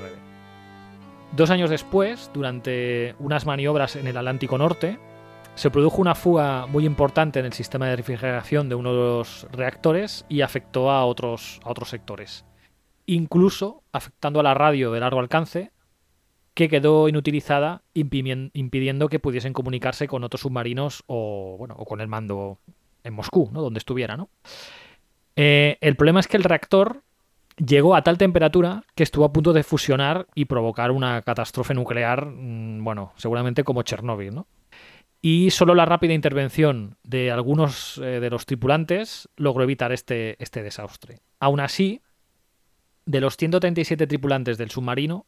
2 años después, durante unas maniobras en el Atlántico Norte, se produjo una fuga muy importante en el sistema de refrigeración de uno de los reactores y afectó a otros sectores, incluso afectando a la radio de largo alcance, que quedó inutilizada, impidiendo que pudiesen comunicarse con otros submarinos o con el mando en Moscú, ¿no? Donde estuviera, ¿no? El problema es que el reactor llegó a tal temperatura que estuvo a punto de fusionar y provocar una catástrofe nuclear, seguramente como Chernóbil, ¿no? Y solo la rápida intervención de algunos de los tripulantes logró evitar este desastre. Aún así, de los 137 tripulantes del submarino,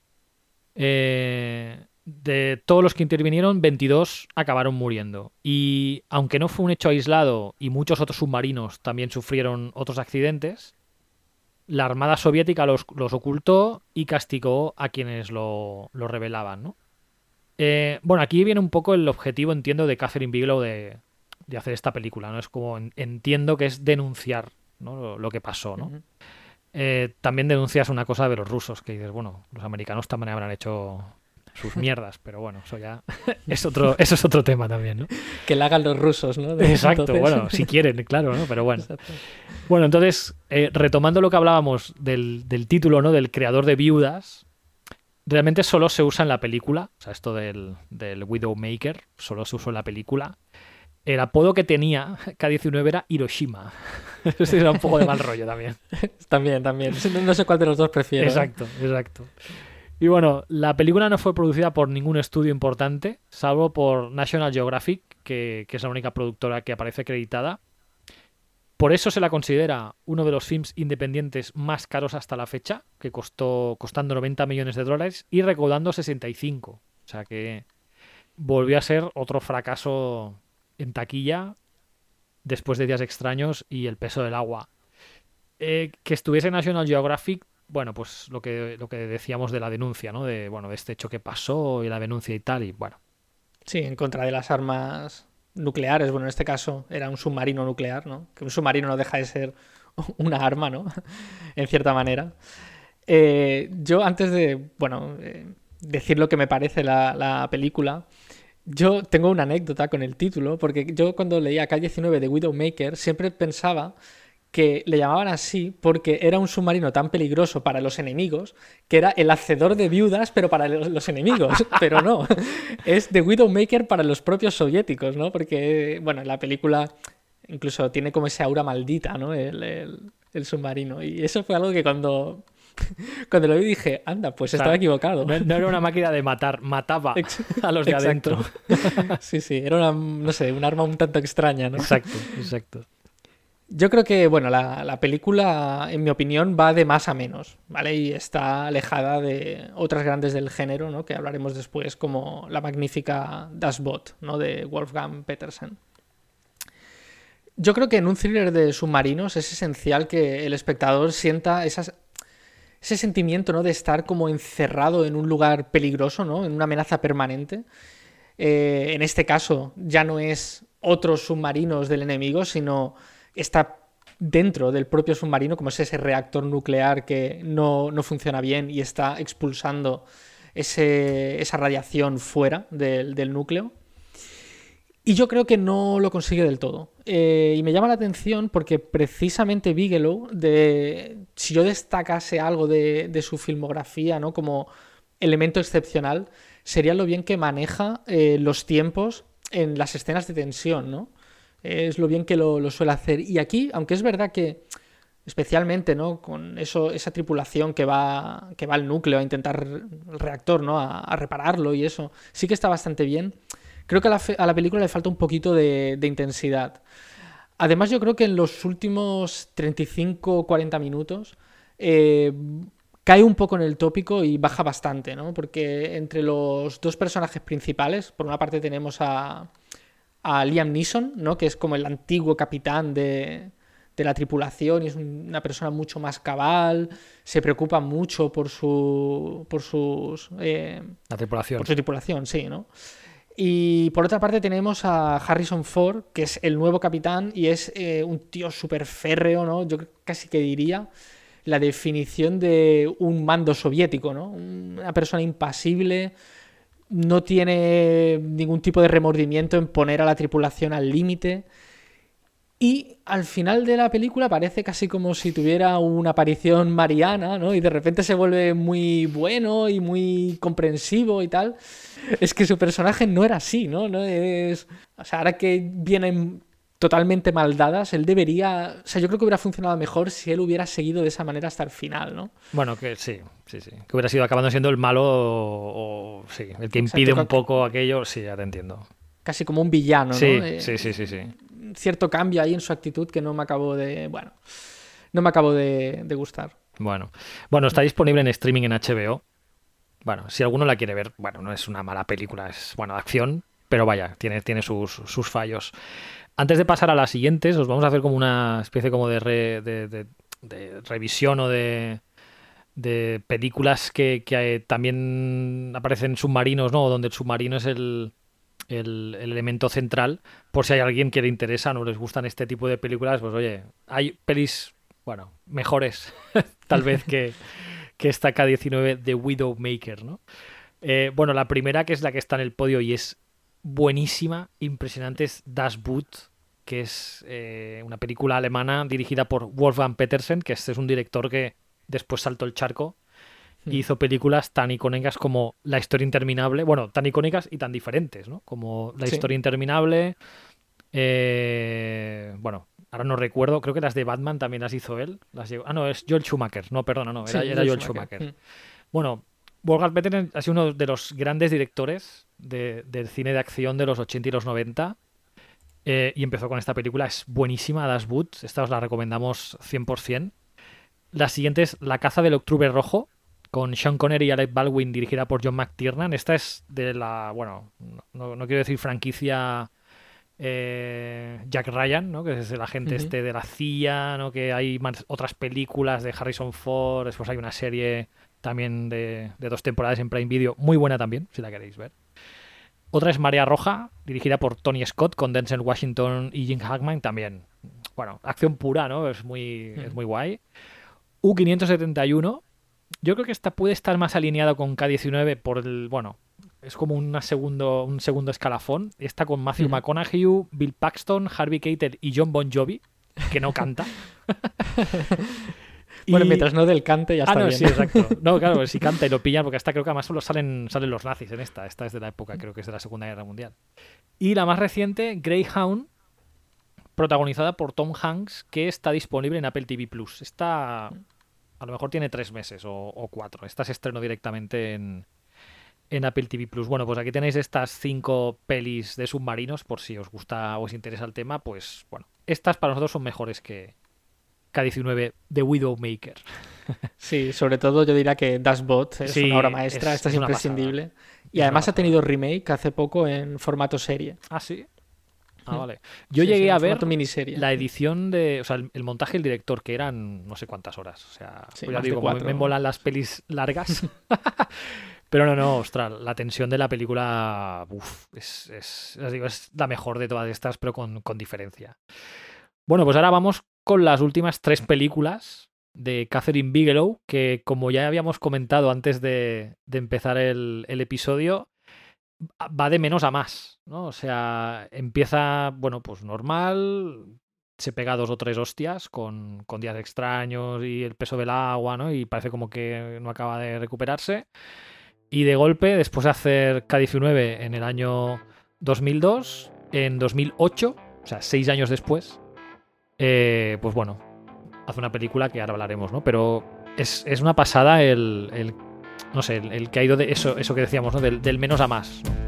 de todos los que intervinieron, 22 acabaron muriendo. Y aunque no fue un hecho aislado y muchos otros submarinos también sufrieron otros accidentes, la Armada Soviética los ocultó y castigó a quienes lo revelaban, ¿no? Aquí viene un poco el objetivo, entiendo, de Catherine Bigelow de hacer esta película, ¿no? Es como entiendo que es denunciar, ¿no? lo que pasó, ¿no? Uh-huh. también denuncias una cosa de los rusos, que dices, bueno, los americanos también habrán hecho sus mierdas, pero bueno, eso ya eso es otro tema también, ¿no? Que la hagan los rusos, ¿no? Exacto, Entonces... bueno, si quieren, claro, ¿no? Pero bueno. Exacto. Bueno, entonces, retomando lo que hablábamos del título, ¿no? Del creador de Viudas, realmente solo se usa en la película, o sea, esto del Widowmaker, solo se usó en la película. El apodo que tenía K-19 era Hiroshima. Eso era un poco de mal rollo también. También. No sé cuál de los dos prefiero. Exacto, exacto. Y bueno, la película no fue producida por ningún estudio importante, salvo por National Geographic, que es la única productora que aparece acreditada. Por eso se la considera uno de los films independientes más caros hasta la fecha, que costando 90 millones de dólares y recaudando 65. O sea que volvió a ser otro fracaso en taquilla después de Días Extraños y El peso del agua. Que estuviese en National Geographic, bueno, pues lo que decíamos de la denuncia, ¿no? De este hecho que pasó y la denuncia y tal, y bueno. Sí, en contra de las armas nucleares. Bueno, en este caso era un submarino nuclear, ¿no? Que un submarino no deja de ser una arma, ¿no? En cierta manera. Yo antes de, decir lo que me parece la película, yo tengo una anécdota con el título, porque yo cuando leía K-19 de Widowmaker siempre pensaba que le llamaban así porque era un submarino tan peligroso para los enemigos que era el hacedor de viudas, pero para los enemigos. Pero no, es The Widowmaker para los propios soviéticos, ¿no? Porque, bueno, en la película incluso tiene como ese aura maldita, ¿no? El submarino. Y eso fue algo que cuando lo vi dije, anda, pues estaba equivocado. No era una máquina de matar, mataba a los de adentro. Sí, era no sé, un arma un tanto extraña, ¿no? Exacto. Yo creo que, bueno, la película, en mi opinión, va de más a menos, ¿vale? Y está alejada de otras grandes del género, ¿no? Que hablaremos después, como la magnífica Das Boot, ¿no? De Wolfgang Petersen. Yo creo que en un thriller de submarinos es esencial que el espectador sienta ese sentimiento, ¿no? De estar como encerrado en un lugar peligroso, ¿no? En una amenaza permanente. En este caso, ya no es otros submarinos del enemigo, sino está dentro del propio submarino, como es ese reactor nuclear que no funciona bien y está expulsando esa radiación fuera del núcleo. Y yo creo que no lo consigue del todo. Y me llama la atención porque precisamente Bigelow, si yo destacase algo de su filmografía, ¿no? Como elemento excepcional, sería lo bien que maneja los tiempos en las escenas de tensión, ¿no? Es lo bien que lo suele hacer. Y aquí, aunque es verdad que, especialmente, ¿no? Con esa tripulación que va al núcleo a intentar el reactor, ¿no? A repararlo y eso, sí que está bastante bien. Creo que a la película le falta un poquito de intensidad. Además, yo creo que en los últimos 35-40 minutos cae un poco en el tópico y baja bastante, ¿no? Porque entre los dos personajes principales, por una parte tenemos a Liam Neeson, ¿no? Que es como el antiguo capitán de la tripulación y es una persona mucho más cabal, se preocupa mucho por su tripulación, sí, ¿no? Y por otra parte tenemos a Harrison Ford, que es el nuevo capitán y es un tío súper férreo, ¿no? Yo casi que diría la definición de un mando soviético, ¿no? Una persona impasible, no tiene ningún tipo de remordimiento en poner a la tripulación al límite. Y al final de la película parece casi como si tuviera una aparición mariana, ¿no? Y de repente se vuelve muy bueno y muy comprensivo y tal. Es que su personaje no era así, ¿no? No es... O sea, ahora que vienen totalmente mal dadas, él debería... O sea, yo creo que hubiera funcionado mejor si él hubiera seguido de esa manera hasta el final, ¿no? Bueno, que sí. Que hubiera sido acabando siendo el malo o sí, el que impide un poco aquello. Sí, ya te entiendo. Casi como un villano, ¿no? Sí. Cierto cambio ahí en su actitud que no me acabó de gustar. Bueno, está disponible en streaming en HBO. Bueno, si alguno la quiere ver, bueno, no es una mala película, es de acción, pero vaya, tiene sus fallos. Antes de pasar a las siguientes, os vamos a hacer como una especie como de revisión o de películas que también aparecen submarinos, ¿no? Donde el submarino es el elemento central, por si hay alguien que le interesa, no les gustan este tipo de películas, pues oye, hay pelis bueno, mejores tal vez que esta K-19 de Widowmaker, ¿no? Bueno, la primera, que es la que está en el podio y es buenísima, impresionante, es Das Boot, que es una película alemana dirigida por Wolfgang Petersen, que este es un director que después saltó el charco y hizo películas tan icónicas como La historia interminable, bueno, tan icónicas y tan diferentes, ¿no? Como La historia interminable, bueno, ahora no recuerdo, creo que las de Batman también las hizo él. No, es Joel Schumacher, no, perdona, no, era Joel Schumacher. Bueno, Wolfgang Petersen ha sido uno de los grandes directores del cine de acción de los 80 y los 90. Y empezó con esta película, es buenísima, Das Boot, esta os la recomendamos 100%. La siguiente es La caza del octubre rojo, con Sean Connery y Alec Baldwin, dirigida por John McTiernan. Esta es de la, bueno, no quiero decir franquicia Jack Ryan, ¿no? Que es el agente este de la CIA, ¿no? Que hay otras películas de Harrison Ford, después hay una serie también de 2 temporadas en Prime Video, muy buena también, si la queréis ver. Otra es Marea Roja, dirigida por Tony Scott, con Denzel Washington y Jim Hackman, también, bueno, acción pura, ¿no? Es muy guay. U-571, yo creo que esta puede estar más alineada con K-19 por el, bueno, es como un segundo escalafón. Está con Matthew McConaughey, Bill Paxton, Harvey Keitel y John Bon Jovi, que no canta. Bueno, mientras no del cante ya está bien. Sí, exacto. No, claro, si canta y lo pillan, porque esta creo que además solo salen los nazis en esta. Esta es de la época, creo que es de la Segunda Guerra Mundial. Y la más reciente, Greyhound, protagonizada por Tom Hanks, que está disponible en Apple TV+. Esta a lo mejor tiene 3 meses o 4. Esta se estrenó directamente en Apple TV+. Bueno, pues aquí tenéis estas 5 pelis de submarinos, por si os gusta o os interesa el tema, pues bueno, estas para nosotros son mejores que K-19 de Widowmaker. Sí, sobre todo yo diría que Das Boot es una obra maestra, esta es imprescindible. Y además ha tenido remake hace poco en formato serie. Ah, sí. Ah, vale. Yo llegué a ver miniserie. La edición de, o sea, el montaje del director, que eran no sé cuántas horas. O sea, pues ya digo, me molan las pelis largas. Pero no, ostras, la tensión de la película es la mejor de todas estas, pero con diferencia. Bueno, pues ahora vamos con las últimas 3 películas de Kathryn Bigelow, que como ya habíamos comentado antes de empezar el episodio, va de menos a más, ¿no? O sea, empieza, bueno, pues normal, se pega 2 o 3 hostias con Días extraños y El peso del agua, ¿no? Y parece como que no acaba de recuperarse. Y de golpe, después de hacer K-19 en el año 2002, en 2008, o sea, 6 años después, pues bueno, hace una película que ahora hablaremos, ¿no? Pero es una pasada el no sé, el que ha ido de eso que decíamos, ¿no? Del menos a más, ¿no?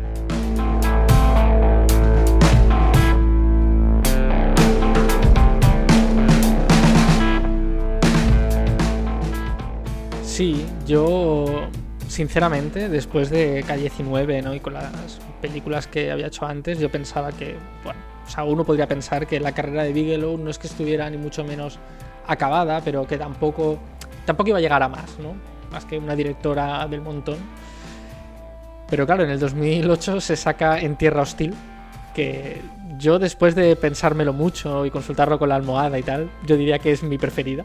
Sí, yo sinceramente, después de K-19, ¿no? Y con las películas que había hecho antes, yo pensaba que, bueno, o sea, uno podría pensar que la carrera de Bigelow no es que estuviera ni mucho menos acabada, pero que tampoco iba a llegar a más, ¿no? Más que una directora del montón. Pero claro, en el 2008 se saca En tierra hostil, que yo después de pensármelo mucho y consultarlo con la almohada y tal, yo diría que es mi preferida.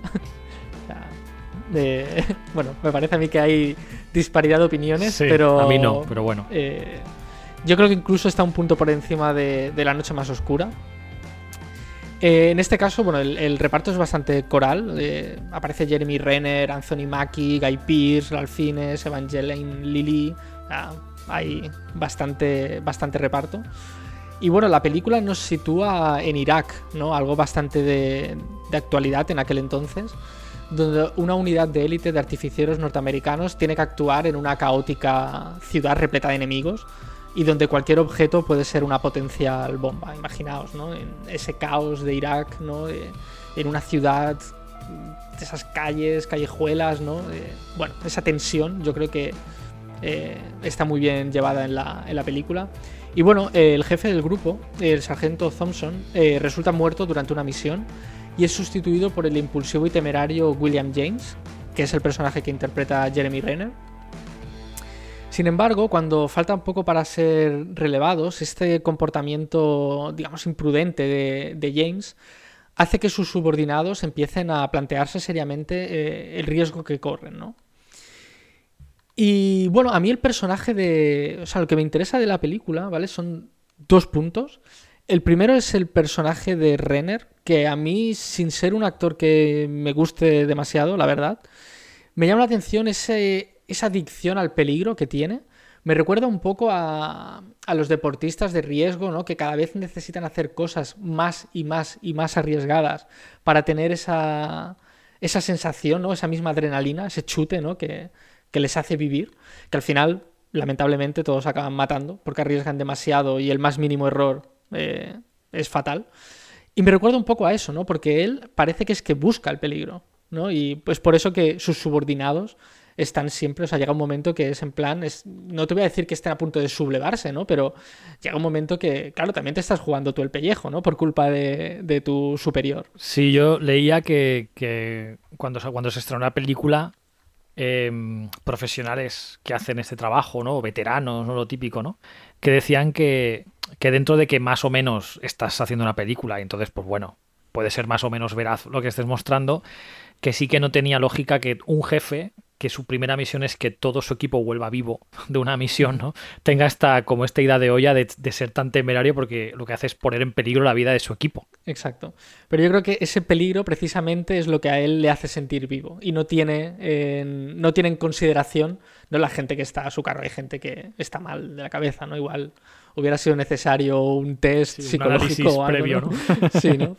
Bueno, me parece a mí que hay disparidad de opiniones, sí, pero a mí no, pero bueno. Yo creo que incluso está un punto por encima de La noche más oscura. En este caso, bueno, el reparto es bastante coral. Aparece Jeremy Renner, Anthony Mackie, Guy Pearce, Ralph Fiennes, Evangeline Lilly. Hay bastante reparto. Y bueno, la película nos sitúa en Irak, ¿no? Algo bastante de actualidad en aquel entonces, donde una unidad de élite de artificieros norteamericanos tiene que actuar en una caótica ciudad repleta de enemigos y donde cualquier objeto puede ser una potencial bomba. Imaginaos, ¿no? En ese caos de Irak, ¿no? En una ciudad, de esas callejuelas, ¿no? Bueno, esa tensión yo creo que está muy bien llevada en la película. Y bueno, el jefe del grupo, el sargento Thompson, resulta muerto durante una misión y es sustituido por el impulsivo y temerario William James, que es el personaje que interpreta Jeremy Renner. Sin embargo, cuando falta un poco para ser relevados, este comportamiento, digamos, imprudente de James hace que sus subordinados empiecen a plantearse seriamente el riesgo que corren, ¿no? Y bueno, a mí el personaje o sea, lo que me interesa de la película, ¿vale? Son dos puntos. El primero es el personaje de Renner, que a mí, sin ser un actor que me guste demasiado, la verdad, me llama la atención esa adicción al peligro que tiene. Me recuerda un poco a los deportistas de riesgo, ¿no? Que cada vez necesitan hacer cosas más y más y más arriesgadas para tener esa sensación, ¿no? Esa misma adrenalina, ese chute, ¿no? Que les hace vivir, que al final, lamentablemente, todos acaban matando porque arriesgan demasiado y el más mínimo error es fatal. Y me recuerda un poco a eso, ¿no? Porque él parece que es que busca el peligro, ¿no? Y pues por eso que sus subordinados están siempre, o sea, llega un momento que es en plan, no te voy a decir que estén a punto de sublevarse, ¿no? Pero llega un momento que, claro, también te estás jugando tú el pellejo, ¿no? Por culpa de tu superior. Sí, yo leía que cuando se estrenó una película, profesionales que hacen este trabajo, ¿no? Veteranos, ¿no? Lo típico, ¿no? Que decían que dentro de que más o menos estás haciendo una película y entonces, pues bueno, puede ser más o menos veraz lo que estés mostrando, que sí que no tenía lógica que un jefe, que su primera misión es que todo su equipo vuelva vivo de una misión, ¿no? Tenga esta idea de olla de ser tan temerario, porque lo que hace es poner en peligro la vida de su equipo. Exacto. Pero yo creo que ese peligro precisamente es lo que a él le hace sentir vivo y no tiene en consideración, no, la gente que está a su cargo. Hay gente que está mal de la cabeza, ¿no? Igual hubiera sido necesario un test psicológico o algo, previo, ¿no? Sí, ¿no?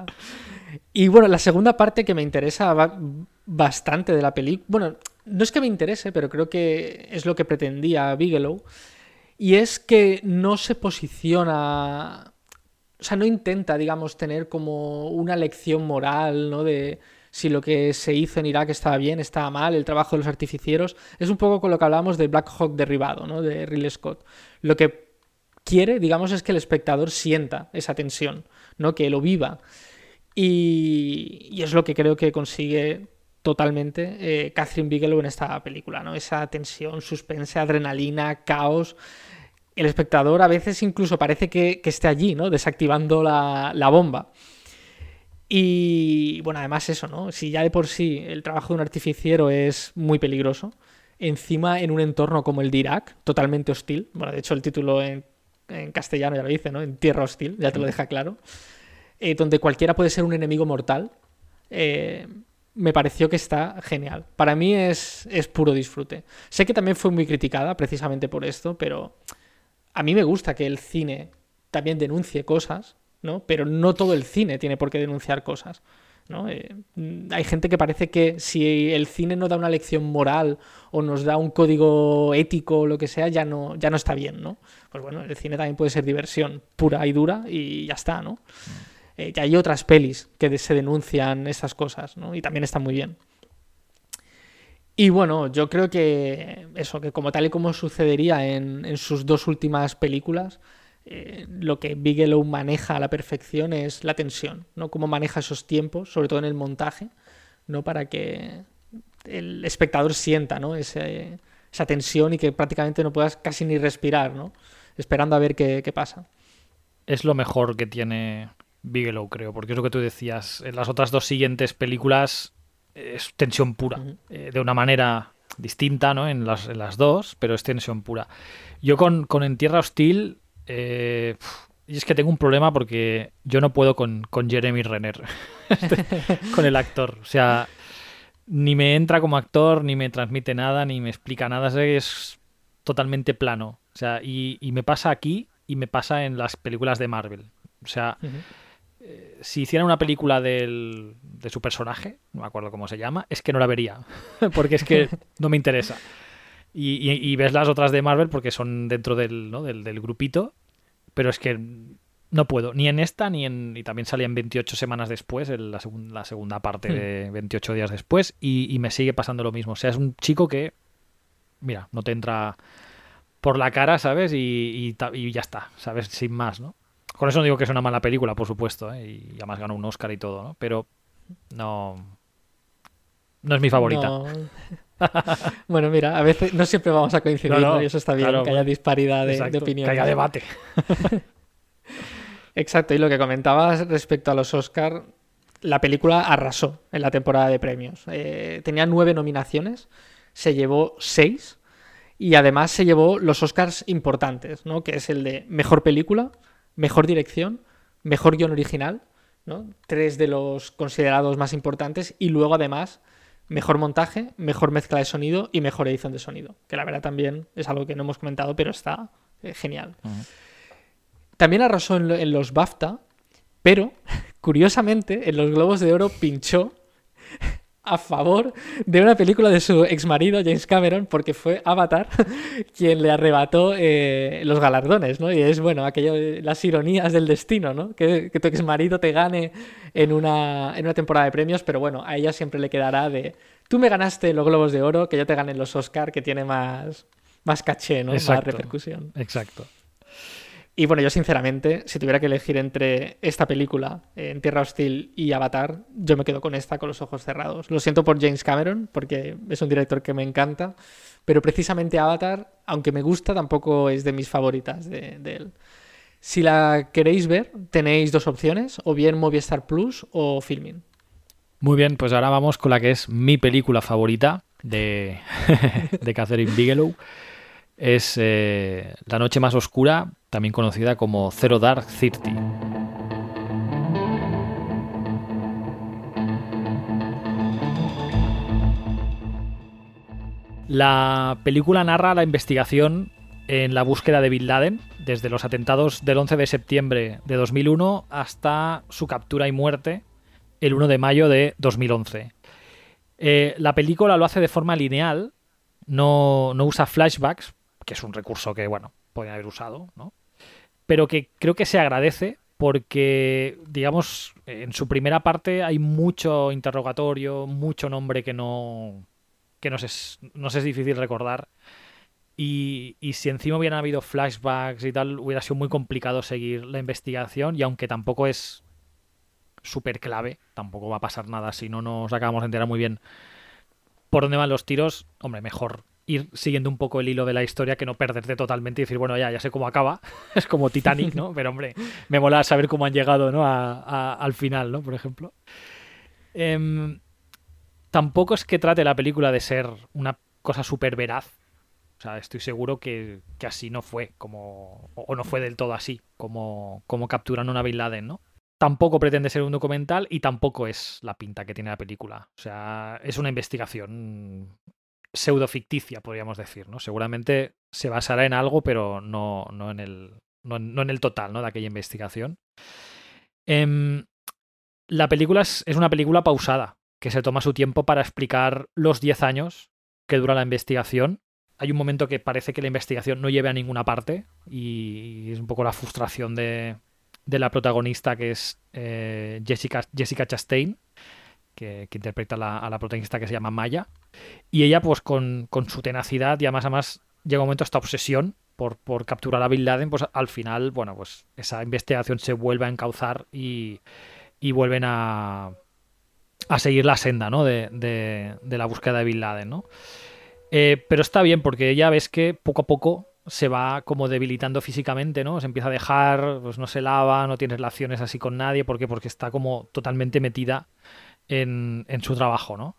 Y bueno, la segunda parte que me interesa bastante de la película, bueno, no es que me interese, pero creo que es lo que pretendía Bigelow, y es que no se posiciona, o sea, no intenta, digamos, tener como una lección moral, ¿no? De si lo que se hizo en Irak estaba bien, estaba mal, el trabajo de los artificieros. Es un poco con lo que hablábamos de Black Hawk derribado, ¿no? De Ridley Scott. Lo que quiere, digamos, es que el espectador sienta esa tensión, ¿no? Que lo viva. Y es lo que creo que consigue totalmente Catherine Bigelow en esta película, ¿no? Esa tensión, suspense, adrenalina, caos. El espectador a veces incluso parece que esté allí, ¿no? Desactivando la bomba. Y bueno, además eso, ¿no? Si ya de por sí el trabajo de un artificiero es muy peligroso, encima en un entorno como el de Irak, totalmente hostil. Bueno, de hecho el título en castellano ya lo dice, ¿no? En tierra hostil, ya te lo deja claro. Donde cualquiera puede ser un enemigo mortal, me pareció que está genial. Para mí es puro disfrute. Sé que también fue muy criticada precisamente por esto, pero a mí me gusta que el cine también denuncie cosas, ¿no? Pero no todo el cine tiene por qué denunciar cosas, ¿no? Hay gente que parece que si el cine no da una lección moral o nos da un código ético o lo que sea, ya no está bien, ¿no? Pues bueno, el cine también puede ser diversión pura y dura y ya está, ¿no? Ya hay otras pelis que se denuncian estas cosas, ¿no? Y también están muy bien. Y bueno, yo creo que eso, que como tal y como sucedería en sus dos últimas películas, lo que Bigelow maneja a la perfección es la tensión, ¿no? Cómo maneja esos tiempos, sobre todo en el montaje, ¿no? Para que el espectador sienta, ¿no? Esa tensión y que prácticamente no puedas casi ni respirar, ¿no? Esperando a ver qué pasa. Es lo mejor que tiene Bigelow, creo, porque es lo que tú decías. En las otras dos siguientes películas es tensión pura, de una manera distinta, ¿no? En las dos, pero es tensión pura. Yo con En Tierra Hostil, y es que tengo un problema porque yo no puedo con Jeremy Renner, con el actor. O sea, ni me entra como actor, ni me transmite nada, ni me explica nada. Es totalmente plano. O sea, y me pasa aquí y me pasa en las películas de Marvel. O sea, si hicieran una película de su personaje, no me acuerdo cómo se llama, es que no la vería, porque es que no me interesa. Y ves las otras de Marvel porque son dentro del grupito, pero es que no puedo, ni en esta, y también salía en 28 semanas después, la segunda parte de 28 días después, y me sigue pasando lo mismo. O sea, es un chico que, mira, no te entra por la cara, ¿sabes? Y ya está, ¿sabes? Sin más, ¿no? Con eso no digo que es una mala película, por supuesto, ¿eh? Y además ganó un Oscar y todo, ¿no? Pero no es mi favorita. No. Bueno, mira, a veces no siempre vamos a coincidir, ¿no? Y eso está bien, claro, que haya disparidad de opiniones. Que haya debate. Exacto, y lo que comentabas respecto a los Oscar, la película arrasó en la temporada de premios. Tenía 9 nominaciones, se llevó 6 y además se llevó los Oscars importantes, ¿no? Que es el de mejor película, mejor dirección, mejor guión original, ¿no? 3 de los considerados más importantes, y luego además mejor montaje, mejor mezcla de sonido y mejor edición de sonido, que la verdad también es algo que no hemos comentado, pero está genial. Uh-huh. También arrasó en los BAFTA, pero curiosamente en los Globos de Oro pinchó a favor de una película de su exmarido James Cameron, porque fue Avatar quien le arrebató los galardones, ¿no? Y es, bueno, aquello, las ironías del destino, ¿no? Que tu exmarido te gane en una temporada de premios, pero bueno, a ella siempre le quedará de tú me ganaste los Globos de Oro, que yo te gane los Oscar, que tiene más caché, ¿no? Exacto, más repercusión. Exacto. Y bueno, yo sinceramente, si tuviera que elegir entre esta película, En Tierra Hostil, y Avatar, yo me quedo con esta, con los ojos cerrados. Lo siento por James Cameron, porque es un director que me encanta, pero precisamente Avatar, aunque me gusta, tampoco es de mis favoritas de él. Si la queréis ver, tenéis 2 opciones, o bien Movistar Plus o Filmin. Muy bien, pues ahora vamos con la que es mi película favorita de Catherine Bigelow. Es La noche más oscura, también conocida como Zero Dark Thirty. La película narra la investigación en la búsqueda de Bin Laden, desde los atentados del 11 de septiembre de 2001 hasta su captura y muerte el 1 de mayo de 2011. La película lo hace de forma lineal, no usa flashbacks, que es un recurso que, bueno, podrían haber usado, ¿no? Pero que creo que se agradece porque, digamos, en su primera parte hay mucho interrogatorio, mucho nombre que nos es difícil recordar. Y si encima hubieran habido flashbacks y tal, hubiera sido muy complicado seguir la investigación, y aunque tampoco es súper clave, tampoco va a pasar nada si no nos acabamos de enterar muy bien por dónde van los tiros, hombre, mejor ir siguiendo un poco el hilo de la historia que no perderte totalmente y decir, bueno, ya sé cómo acaba. Es como Titanic, ¿no? Pero, hombre, me mola saber cómo han llegado, ¿no? al final, ¿no? Por ejemplo. Tampoco es que trate la película de ser una cosa súper veraz. O sea, estoy seguro que así no fue, o no fue del todo así, como capturan a Bin Laden, ¿no? Tampoco pretende ser un documental y tampoco es la pinta que tiene la película. O sea, es una investigación pseudo-ficticia, podríamos decir, ¿no? Seguramente se basará en algo, pero no en el total, ¿no? De aquella investigación. La película es una película pausada, que se toma su tiempo para explicar los 10 años que dura la investigación. Hay un momento que parece que la investigación no lleve a ninguna parte y es un poco la frustración de la protagonista, que es Jessica Chastain, que interpreta a la protagonista, que se llama Maya. Y ella, pues con su tenacidad y además llega un momento, esta obsesión por capturar a Bin Laden, pues al final, bueno, pues esa investigación se vuelve a encauzar y vuelven a seguir la senda, ¿no? de la búsqueda de Bin Laden, ¿no? Pero está bien, porque ella ves que poco a poco se va como debilitando físicamente, ¿no? Se empieza a dejar, pues no se lava, no tiene relaciones así con nadie. ¿Por qué? Porque está como totalmente metida en su trabajo, ¿no?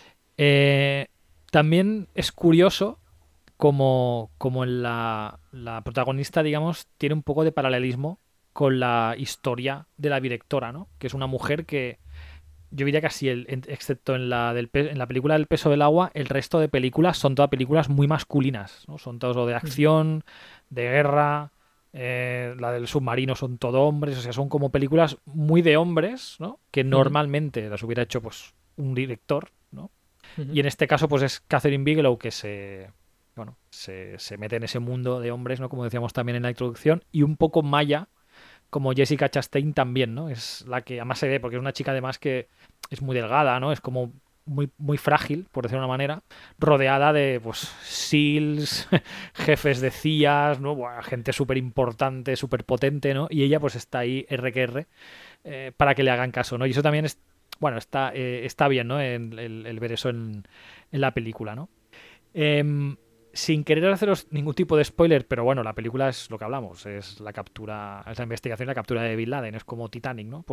También es curioso como la protagonista, digamos, tiene un poco de paralelismo con la historia de la directora, ¿no? Que es una mujer que yo diría que así, excepto en la película del peso del agua, el resto de películas son todas películas muy masculinas, ¿no? Son todos de acción, de guerra, la del submarino son todo hombres, o sea, son como películas muy de hombres, ¿no? Que normalmente las hubiera hecho pues un director, ¿no? Y en este caso pues es Catherine Bigelow, que se mete en ese mundo de hombres, ¿no? Como decíamos también en la introducción, y un poco Maya, como Jessica Chastain también, ¿no? Es la que además se ve, porque es una chica además que es muy delgada, ¿no? Es como muy, muy frágil, por decirlo de una manera, rodeada de, pues, SEALs, jefes de CIAs, ¿no? Buah, gente súper importante, súper potente, ¿no? Y ella, pues, está ahí R que R para que le hagan caso, ¿no? Y eso también está bien, ¿no? El ver eso en la película, ¿no? Sin querer haceros ningún tipo de spoiler, pero bueno, la película es lo que hablamos, es la investigación y la captura de Bin Laden, es como Titanic, ¿no? Pues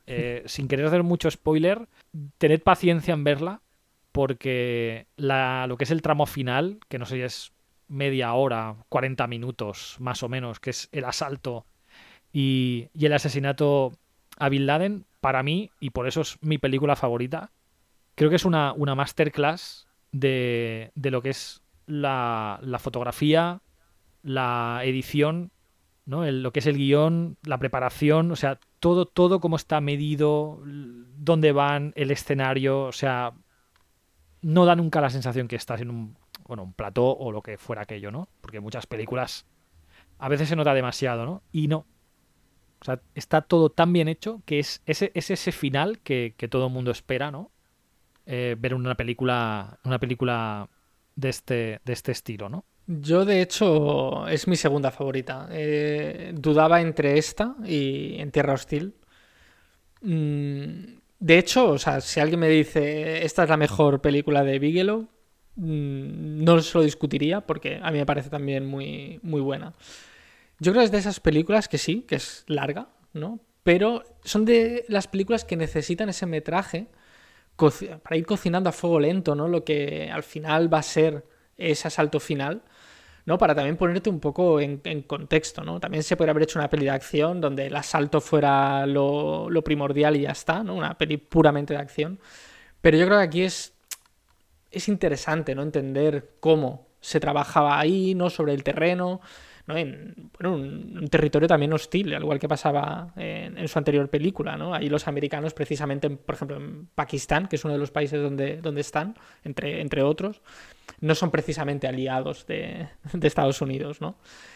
sin querer hacer mucho spoiler, tened paciencia en verla, porque lo que es el tramo final, que no sé si es media hora, 40 minutos más o menos, que es el asalto y el asesinato a Bin Laden, para mí, y por eso es mi película favorita, creo que es una masterclass de lo que es la fotografía, la edición, ¿no? Lo que es el guión, la preparación, o sea, todo cómo está medido, dónde van, el escenario, o sea, no da nunca la sensación que estás en un plató o lo que fuera aquello, ¿no? Porque muchas películas a veces se nota demasiado, ¿no? Y no. O sea, está todo tan bien hecho que es ese final que todo el mundo espera, ¿no? Ver una película de este estilo, ¿no? Yo, de hecho, es mi segunda favorita. Dudaba entre esta y En Tierra Hostil. De hecho, o sea, si alguien me dice esta es la mejor película de Bigelow, no se lo discutiría porque a mí me parece también muy, muy buena. Yo creo que es de esas películas que sí, que es larga, ¿no? Pero son de las películas que necesitan ese metraje para ir cocinando a fuego lento, ¿no? Lo que al final va a ser ese asalto final, ¿no? Para también ponerte un poco en contexto, ¿no? También se podría haber hecho una peli de acción donde el asalto fuera lo primordial y ya está, ¿no? Una peli puramente de acción. Pero yo creo que aquí es interesante, ¿no? Entender cómo se trabajaba ahí, ¿no? Sobre el terreno, ¿no? Bueno, un territorio también hostil, al igual que pasaba en su anterior película, ¿no? Ahí los americanos, precisamente, por ejemplo, en Pakistán, que es uno de los países donde están, entre otros, no son precisamente aliados de Estados Unidos, ¿no?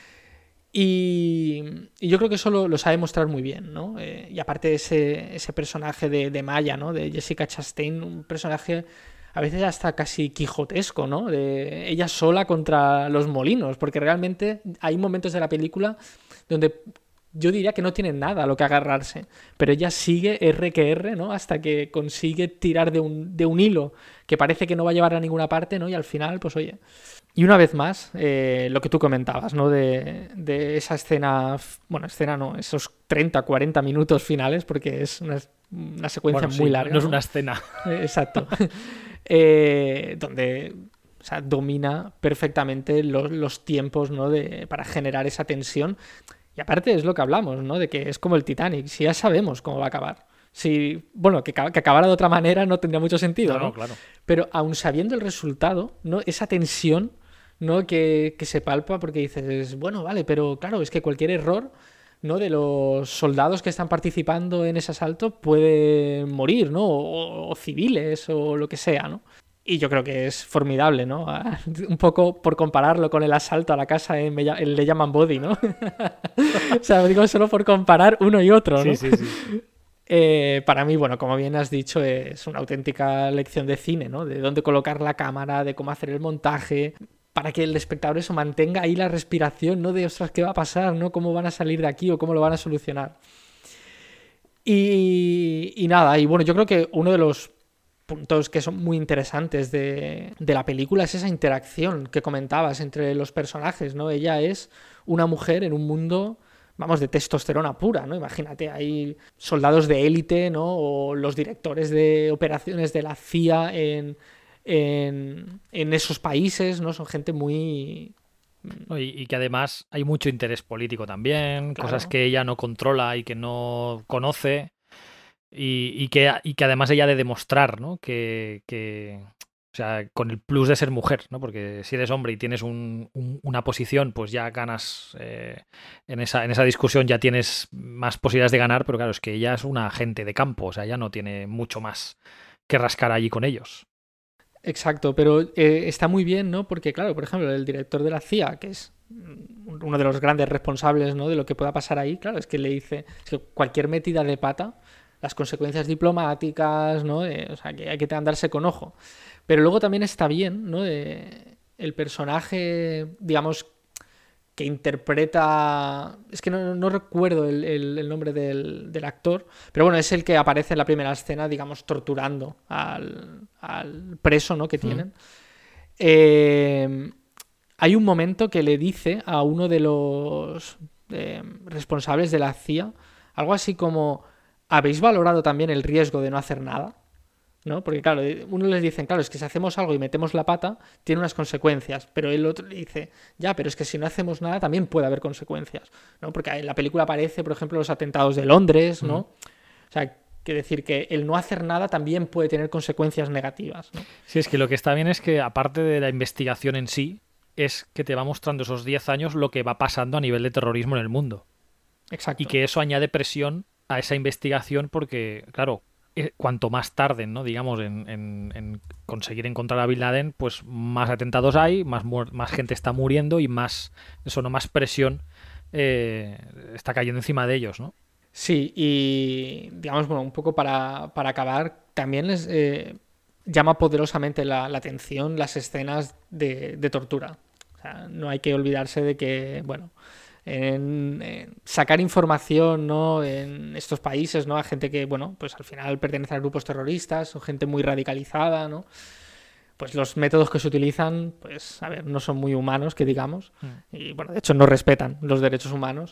Y yo creo que eso lo sabe mostrar muy bien, ¿no? Y aparte ese personaje de Maya, ¿no? De Jessica Chastain, un personaje a veces hasta casi quijotesco, ¿no? De ella sola contra los molinos, porque realmente hay momentos de la película donde yo diría que no tiene nada a lo que agarrarse, pero ella sigue R que R, ¿no? Hasta que consigue tirar de un hilo que parece que no va a llevar a ninguna parte, ¿no? Y al final, pues oye. Y una vez más, lo que tú comentabas, ¿no? De esa escena, bueno, escena no, esos 30, 40 minutos finales, porque es una secuencia Bueno, muy sí, larga, no es ¿no? una escena. Exacto. Donde, o sea, domina perfectamente los tiempos, ¿no? Para generar esa tensión. Y aparte es lo que hablamos, ¿no? De que es como el Titanic, si ya sabemos cómo va a acabar. Si, bueno, que acabara de otra manera no tendría mucho sentido, No, ¿no? no, claro. Pero aun sabiendo el resultado, ¿no? Esa tensión, ¿no? Que se palpa porque dices, bueno, vale, pero claro, es que cualquier error, ¿no? De los soldados que están participando en ese asalto puede morir, ¿no? O civiles o lo que sea, ¿no? Y yo creo que es formidable, ¿no? Un poco por compararlo con el asalto a la casa en Le llaman Body, ¿no? O sea, digo solo por comparar uno y otro, ¿no? Sí, sí, sí. Para mí, bueno, como bien has dicho, es una auténtica lección de cine, ¿no? De dónde colocar la cámara, de cómo hacer el montaje, para que el espectador eso mantenga ahí la respiración, ¿no? De, ostras, ¿qué va a pasar? ¿No? ¿Cómo van a salir de aquí o cómo lo van a solucionar? Y nada, y bueno, yo creo que uno de los puntos que son muy interesantes de la película es esa interacción que comentabas entre los personajes, ¿no? Ella es una mujer en un mundo, vamos, de testosterona pura, ¿no? Imagínate, hay soldados de élite, ¿no? O los directores de operaciones de la CIA en esos países, ¿no? Son gente muy... No, y que además hay mucho interés político también, cosas Claro. que ella no controla y que no conoce, y que además ella ha de demostrar, ¿no? O sea, con el plus de ser mujer, ¿no? Porque si eres hombre y tienes una posición, pues ya ganas en esa discusión, ya tienes más posibilidades de ganar, pero claro, es que ella es una agente de campo, o sea, ella no tiene mucho más que rascar allí con ellos. Exacto, pero está muy bien, ¿no? Porque, claro, por ejemplo, el director de la CIA, que es uno de los grandes responsables, ¿no? De lo que pueda pasar ahí, claro, es que le dice es que cualquier metida de pata, las consecuencias diplomáticas, ¿no? O sea, que hay que andarse con ojo. Pero luego también está bien, ¿no? El personaje, digamos, que interpreta... Es que no recuerdo el nombre del actor, pero bueno, es el que aparece en la primera escena, digamos, torturando al preso, ¿no? Que Mm. tienen. Hay un momento que le dice a uno de los responsables de la CIA algo así como ¿habéis valorado también el riesgo de no hacer nada? ¿No? Porque claro, uno les dice, claro, es que si hacemos algo y metemos la pata, tiene unas consecuencias, pero el otro le dice, ya, pero es que si no hacemos nada también puede haber consecuencias, ¿no? Porque en la película aparece, por ejemplo, los atentados de Londres, ¿no? O sea, quiere decir que el no hacer nada también puede tener consecuencias negativas, ¿no? Sí, es que lo que está bien es que, aparte de la investigación en sí, es que te va mostrando esos 10 años lo que va pasando a nivel de terrorismo en el mundo. Exacto. Y que eso añade presión a esa investigación porque, claro, cuanto más tarden, ¿no? digamos, en conseguir encontrar a Bin Laden, pues más atentados hay, más gente está muriendo y más presión está cayendo encima de ellos, ¿no? Sí, y digamos, bueno, un poco para acabar, también les llama poderosamente la atención las escenas de tortura. O sea, no hay que olvidarse de que, bueno, en sacar información, ¿no? En estos países, ¿no? A gente que, bueno, pues al final pertenece a grupos terroristas o gente muy radicalizada, ¿no? Pues los métodos que se utilizan, pues, a ver, no son muy humanos, que digamos. Y, bueno, de hecho no respetan los derechos humanos.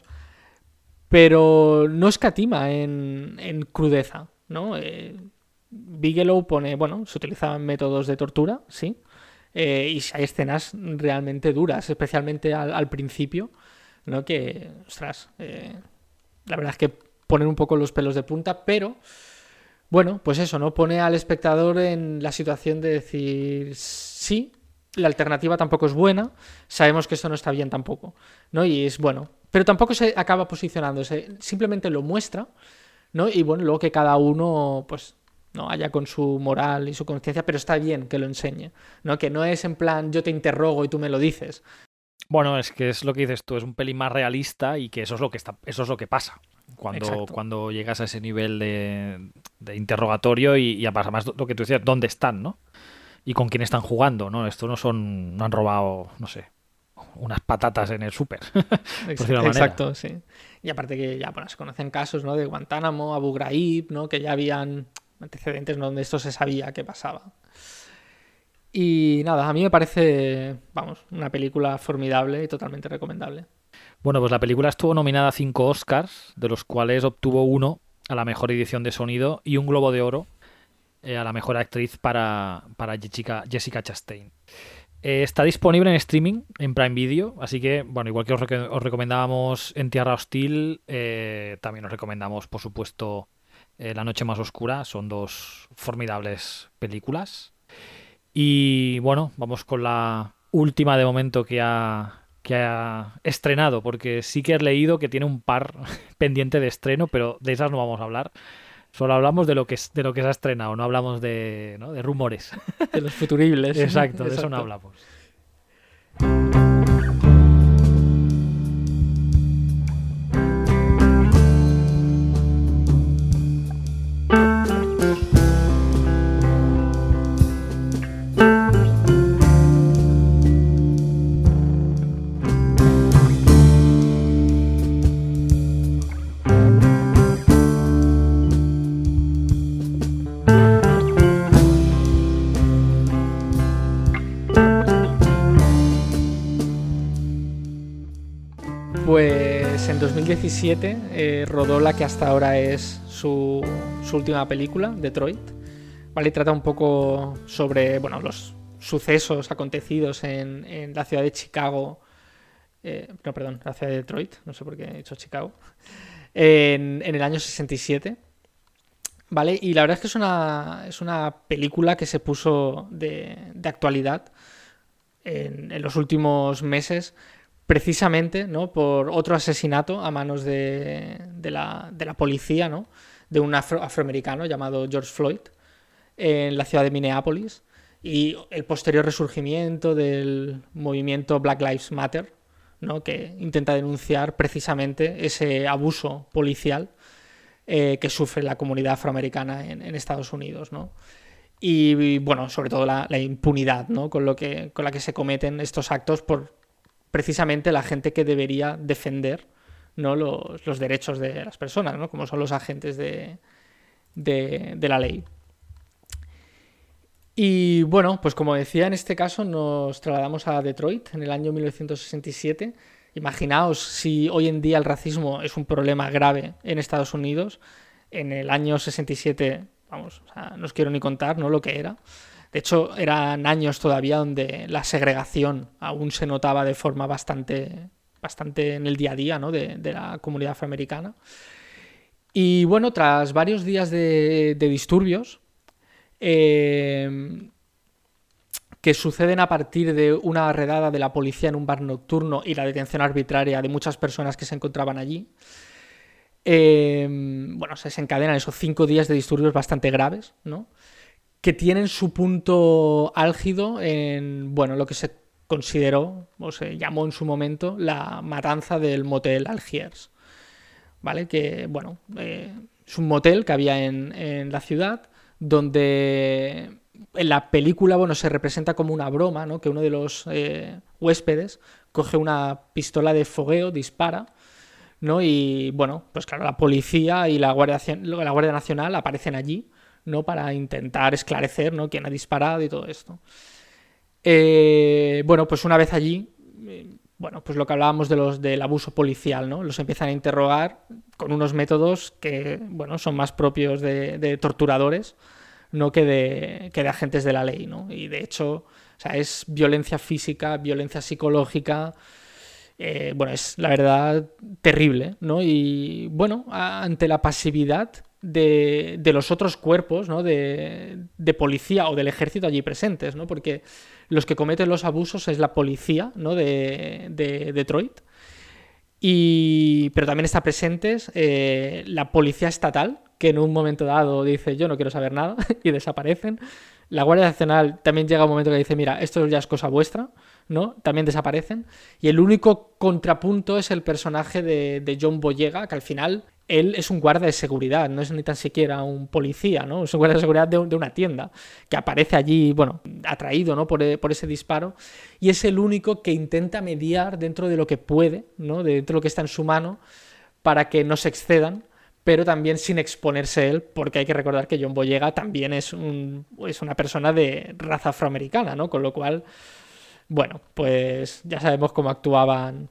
Pero no escatima en crudeza, ¿no? Bigelow pone, bueno, se utilizaban métodos de tortura, sí. Y hay escenas realmente duras, especialmente al principio, ¿no? Que, ostras, la verdad es que ponen un poco los pelos de punta, pero bueno, pues eso, ¿no? Pone al espectador en la situación de decir, sí, la alternativa tampoco es buena, sabemos que esto no está bien tampoco, ¿no? Y es bueno, pero tampoco se acaba posicionándose, simplemente lo muestra, ¿no? Y bueno, luego que cada uno, pues, no haya con su moral y su conciencia, pero está bien que lo enseñe, ¿no? Que no es en plan yo te interrogo y tú me lo dices. Bueno, es que es lo que dices tú, es un pelín más realista y que eso es lo que pasa cuando llegas a ese nivel de interrogatorio y además lo que tú decías, ¿dónde están, no? Y con quién están jugando, ¿no? Esto no han robado, no sé, unas patatas en el súper, por decirlo de Exacto, sí. Y aparte que ya, bueno, se conocen casos, ¿no? De Guantánamo, Abu Ghraib, ¿no? Que ya habían antecedentes, ¿no? Donde esto se sabía que pasaba. Y nada, a mí me parece, vamos, una película formidable y totalmente recomendable. Bueno, pues la película estuvo nominada a 5 Oscars, de los cuales obtuvo uno a la mejor edición de sonido y un Globo de Oro a la mejor actriz para Jessica Chastain. Está disponible en streaming, en Prime Video, así que, bueno, igual que os recomendábamos En Tierra Hostil, también os recomendamos, por supuesto, La Noche Más Oscura. Son dos formidables películas. Y bueno, vamos con la última de momento que ha estrenado, porque sí que he leído que tiene un par pendiente de estreno, pero de esas no vamos a hablar. Solo hablamos de lo que se ha estrenado, no hablamos de rumores. De los futuribles. Exacto, de eso no hablamos. Pues en 2017 rodó la que hasta ahora es su última película, Detroit. Vale, y trata un poco sobre, bueno, los sucesos acontecidos en la ciudad de Chicago. La ciudad de Detroit, no sé por qué he dicho Chicago. En el año 67. Vale, y la verdad es que es una película que se puso de actualidad en los últimos meses, precisamente, ¿no? Por otro asesinato a manos de la policía, ¿no? De un afroamericano llamado George Floyd en la ciudad de Minneapolis, y el posterior resurgimiento del movimiento Black Lives Matter, ¿no? Que intenta denunciar precisamente ese abuso policial que sufre la comunidad afroamericana en Estados Unidos, ¿no? Y bueno, sobre todo la impunidad, ¿no? con la que se cometen estos actos por precisamente la gente que debería defender, ¿no? los derechos de las personas, ¿no? Como son los agentes de la ley. Y bueno, pues como decía, en este caso nos trasladamos a Detroit en el año 1967. Imaginaos si hoy en día el racismo es un problema grave en Estados Unidos. en el año 67, vamos, o sea, no os quiero ni contar, ¿no?, lo que era. De hecho, eran años todavía donde la segregación aún se notaba de forma bastante en el día a día, ¿no?, de la comunidad afroamericana. Y bueno, tras varios días de disturbios, que suceden a partir de una redada de la policía en un bar nocturno y la detención arbitraria de muchas personas que se encontraban allí, bueno, se desencadenan esos 5 días de disturbios bastante graves, ¿no?, que tienen su punto álgido en, bueno, lo que se consideró o se llamó en su momento la matanza del motel Algiers, ¿vale? Que, bueno, es un motel que había en la ciudad, donde en la película, bueno, se representa como una broma, ¿no?, que uno de los huéspedes coge una pistola de fogueo, dispara, ¿no? Y, bueno, pues claro, la policía y la Guardia Nacional aparecen allí, ¿no?, para intentar esclarecer, ¿no?, quién ha disparado y todo esto. Bueno, pues una vez allí, bueno, pues lo que hablábamos del abuso policial, ¿no?, los empiezan a interrogar con unos métodos que, bueno, son más propios de torturadores, no que de agentes de la ley, ¿no? Y de hecho, o sea, es violencia física, violencia psicológica. Bueno, es la verdad terrible, ¿no? Y bueno, ante la pasividad de los otros cuerpos, ¿no?, de policía o del ejército allí presentes, ¿no?, porque los que cometen los abusos es la policía, ¿no?, de Detroit, pero también está presente la policía estatal, que en un momento dado dice yo no quiero saber nada y desaparecen. La Guardia Nacional también llega un momento que dice mira, esto ya es cosa vuestra, ¿no? También desaparecen. Y el único contrapunto es el personaje de John Boyega, que al final él es un guardia de seguridad, no es ni tan siquiera un policía, ¿no? Es un guardia de seguridad de una tienda que aparece allí, bueno, atraído, ¿no?, por ese disparo, y es el único que intenta mediar dentro de lo que puede, ¿no?, dentro de lo que está en su mano, para que no se excedan, pero también sin exponerse él, porque hay que recordar que John Boyega también es una persona de raza afroamericana, ¿no? Con lo cual, bueno, pues ya sabemos cómo actuaban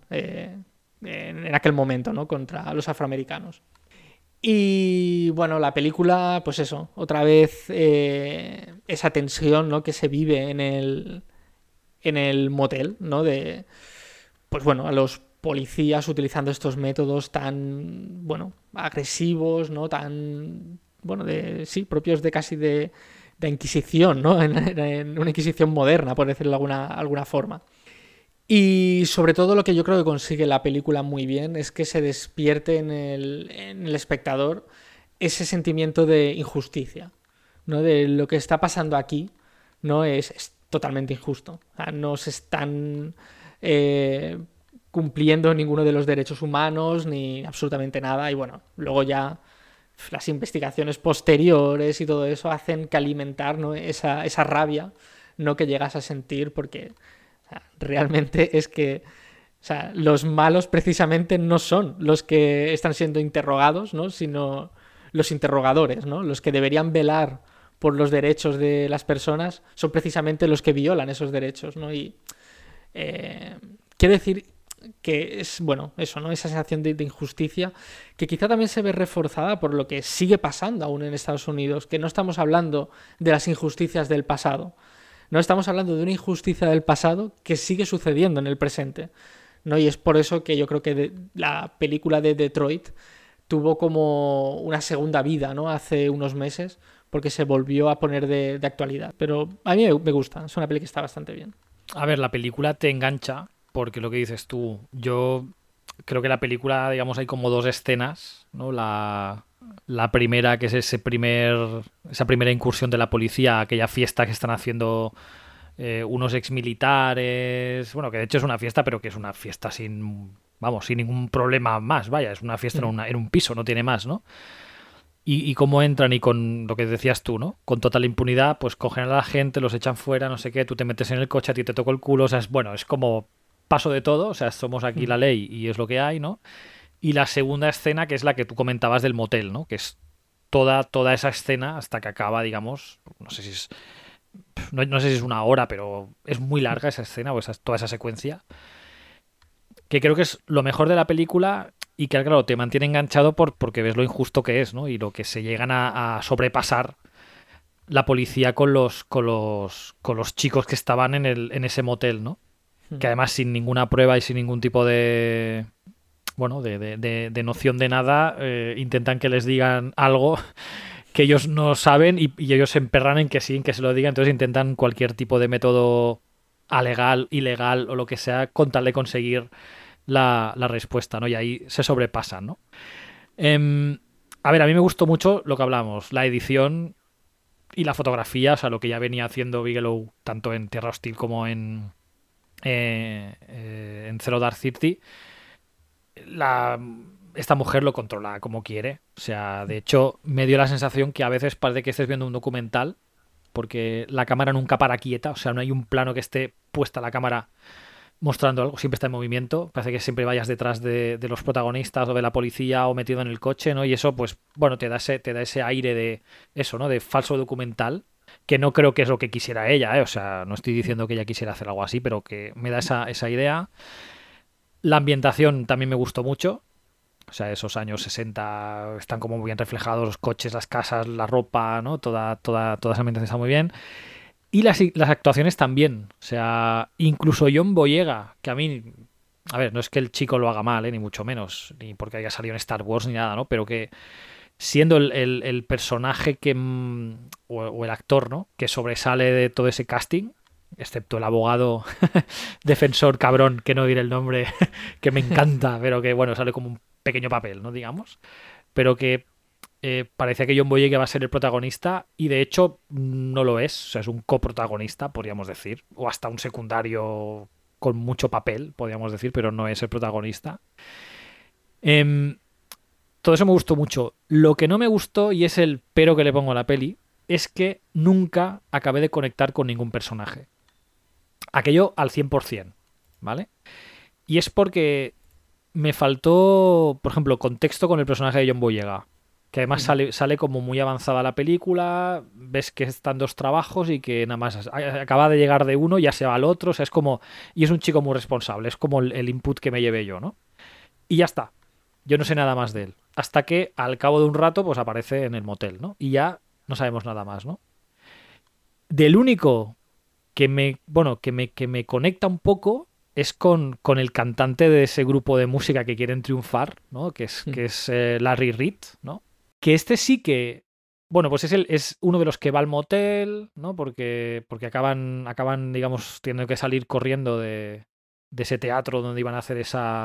en aquel momento, ¿no?, contra los afroamericanos. Y bueno, la película, pues eso, otra vez esa tensión, ¿no?, que se vive en el motel, ¿no?, de, pues bueno, a los policías utilizando estos métodos tan, bueno, agresivos, ¿no?, tan, bueno, sí, propios de casi de Inquisición, ¿no?, en una Inquisición moderna, por decirlo de alguna forma. Y sobre todo lo que yo creo que consigue la película muy bien es que se despierte en el espectador ese sentimiento de injusticia, ¿no?, de lo que está pasando aquí, ¿no?, es totalmente injusto. O sea, no se están cumpliendo ninguno de los derechos humanos ni absolutamente nada. Y bueno, luego ya las investigaciones posteriores y todo eso hacen que alimentar, ¿no?, esa rabia, ¿no?, que llegas a sentir, porque o sea, realmente es que, o sea, los malos precisamente no son los que están siendo interrogados, ¿no?, sino los interrogadores, ¿no?, los que deberían velar por los derechos de las personas son precisamente los que violan esos derechos, ¿no? Y quiero decir que es, bueno, eso, ¿no?, esa sensación de injusticia que quizá también se ve reforzada por lo que sigue pasando aún en Estados Unidos, que no estamos hablando de las injusticias del pasado, no estamos hablando de una injusticia del pasado que sigue sucediendo en el presente, ¿no? Y es por eso que yo creo que la película de Detroit tuvo como una segunda vida, ¿no?, hace unos meses, porque se volvió a poner de actualidad. Pero a mí me gusta, es una peli que está bastante bien. A ver, la película te engancha, porque lo que dices tú, yo creo que la película, digamos, hay como 2 escenas, ¿no? La primera, que es esa primera incursión de la policía, aquella fiesta que están haciendo unos exmilitares, bueno, que de hecho es una fiesta, pero que es una fiesta sin ningún problema más, vaya, es una fiesta en un piso, no tiene más, ¿no? Y cómo entran y con lo que decías tú, ¿no? Con total impunidad, pues cogen a la gente, los echan fuera, no sé qué, tú te metes en el coche, a ti te tocó el culo, o sea, es como paso de todo, o sea, somos aquí la ley y es lo que hay, ¿no? Y la segunda escena, que es la que tú comentabas del motel, ¿no? Que es toda esa escena hasta que acaba, digamos, no sé si es una hora, pero es muy larga esa escena o toda esa secuencia, que creo que es lo mejor de la película y que, claro, te mantiene enganchado porque ves lo injusto que es, ¿no? Y lo que se llegan a sobrepasar la policía con los chicos que estaban en ese motel, ¿no? Que además sin ninguna prueba y sin ningún tipo de de noción de nada, intentan que les digan algo que ellos no saben y ellos se emperran en que sí, en que se lo digan. Entonces intentan cualquier tipo de método alegal, ilegal o lo que sea con tal de conseguir la respuesta, ¿no? Y ahí se sobrepasan, ¿no? A ver, a mí me gustó mucho lo que hablamos, la edición y la fotografía, o sea, lo que ya venía haciendo Bigelow tanto en Tierra Hostil como en Zero Dark Thirty. Esta mujer lo controla como quiere. O sea, de hecho, me dio la sensación que a veces parece que estés viendo un documental porque la cámara nunca para quieta. O sea, no hay un plano que esté puesta la cámara mostrando algo. Siempre está en movimiento. Parece que siempre vayas detrás de los protagonistas o de la policía o metido en el coche, ¿no? Y eso, pues, bueno, te da ese aire de eso, ¿no? De falso documental. Que no creo que es lo que quisiera ella, ¿eh? O sea, no estoy diciendo que ella quisiera hacer algo así, pero que me da esa idea. La ambientación también me gustó mucho. O sea, esos años 60 están como muy bien reflejados, los coches, las casas, la ropa, ¿no? Toda esa ambientación está muy bien. Y las actuaciones también. O sea, incluso John Boyega, que a mí... A ver, no es que el chico lo haga mal, ni mucho menos, ni porque haya salido en Star Wars ni nada, ¿no? Pero que siendo el personaje que... o el actor, ¿no? Que sobresale de todo ese casting, excepto el abogado defensor cabrón, que no diré el nombre, que me encanta, pero que, bueno, sale como un pequeño papel, ¿no? Digamos. Pero que parecía que John Boyega va a ser el protagonista y de hecho no lo es. O sea, es un coprotagonista, podríamos decir. O hasta un secundario con mucho papel, podríamos decir, pero no es el protagonista. Todo eso me gustó mucho. Lo que no me gustó, y es el pero que le pongo a la peli, es que nunca acabé de conectar con ningún personaje. Aquello al 100%, ¿vale? Y es porque me faltó, por ejemplo, contexto con el personaje de John Boyega, que además sale como muy avanzada la película, ves que están dos trabajos y que nada más acaba de llegar de uno, ya se va al otro, o sea, es como... Y es un chico muy responsable, es como el input que me llevé yo, ¿no? Y ya está, yo no sé nada más de él. Hasta que al cabo de un rato, pues aparece en el motel, ¿no? Y ya no sabemos nada más, ¿no? Del único que me conecta un poco es con el cantante de ese grupo de música que quieren triunfar, ¿no? Que es Larry Reid, ¿no? Que este sí que, bueno, pues es uno de los que va al motel, ¿no? Porque acaban, digamos, teniendo que salir corriendo de ese teatro donde iban a hacer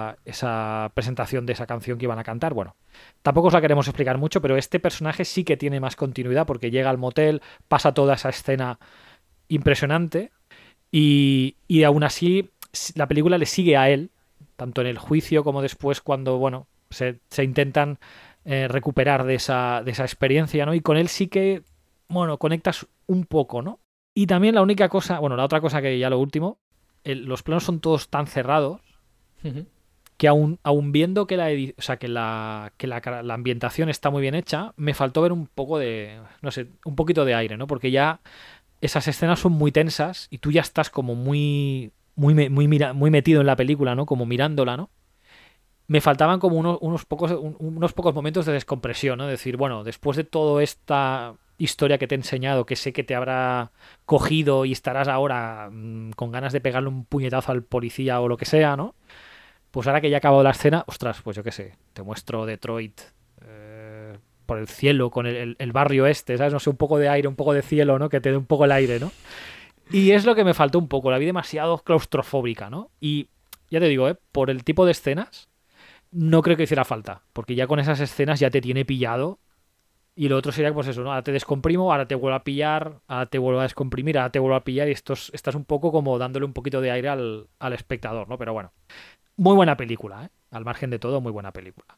esa presentación de esa canción que iban a cantar. Bueno, tampoco os la queremos explicar mucho, pero este personaje sí que tiene más continuidad porque llega al motel, pasa toda esa escena impresionante y aún así la película le sigue a él, tanto en el juicio como después cuando, bueno, se intentan recuperar de esa experiencia, ¿no? Y con él sí que, bueno, conectas un poco, ¿no? Y también la única cosa, bueno, la otra cosa que ya lo último, los planos son todos tan cerrados que aún viendo que la ambientación está muy bien hecha, me faltó ver un poco de, no sé, un poquito de aire, ¿no? Porque ya esas escenas son muy tensas y tú ya estás como muy metido en la película, ¿no? Como mirándola, ¿no? Me faltaban como unos pocos momentos de descompresión, ¿no? Decir, bueno, después de toda esta historia que te he enseñado, que sé que te habrá cogido y estarás ahora con ganas de pegarle un puñetazo al policía o lo que sea, ¿no? Pues ahora que ya ha acabado la escena, ostras, pues yo qué sé, te muestro Detroit por el cielo, con el barrio este, ¿sabes? No sé, un poco de aire, un poco de cielo, ¿no? Que te dé un poco el aire, ¿no? Y es lo que me faltó un poco, la vi demasiado claustrofóbica, ¿no? Y ya te digo, por el tipo de escenas, no creo que hiciera falta, porque ya con esas escenas ya te tiene pillado. Y lo otro sería, pues eso, ¿no? Ahora te descomprimo, ahora te vuelvo a pillar, ahora te vuelvo a descomprimir, ahora te vuelvo a pillar y estás un poco como dándole un poquito de aire al espectador, ¿no? Pero bueno, muy buena película, ¿eh? Al margen de todo, muy buena película.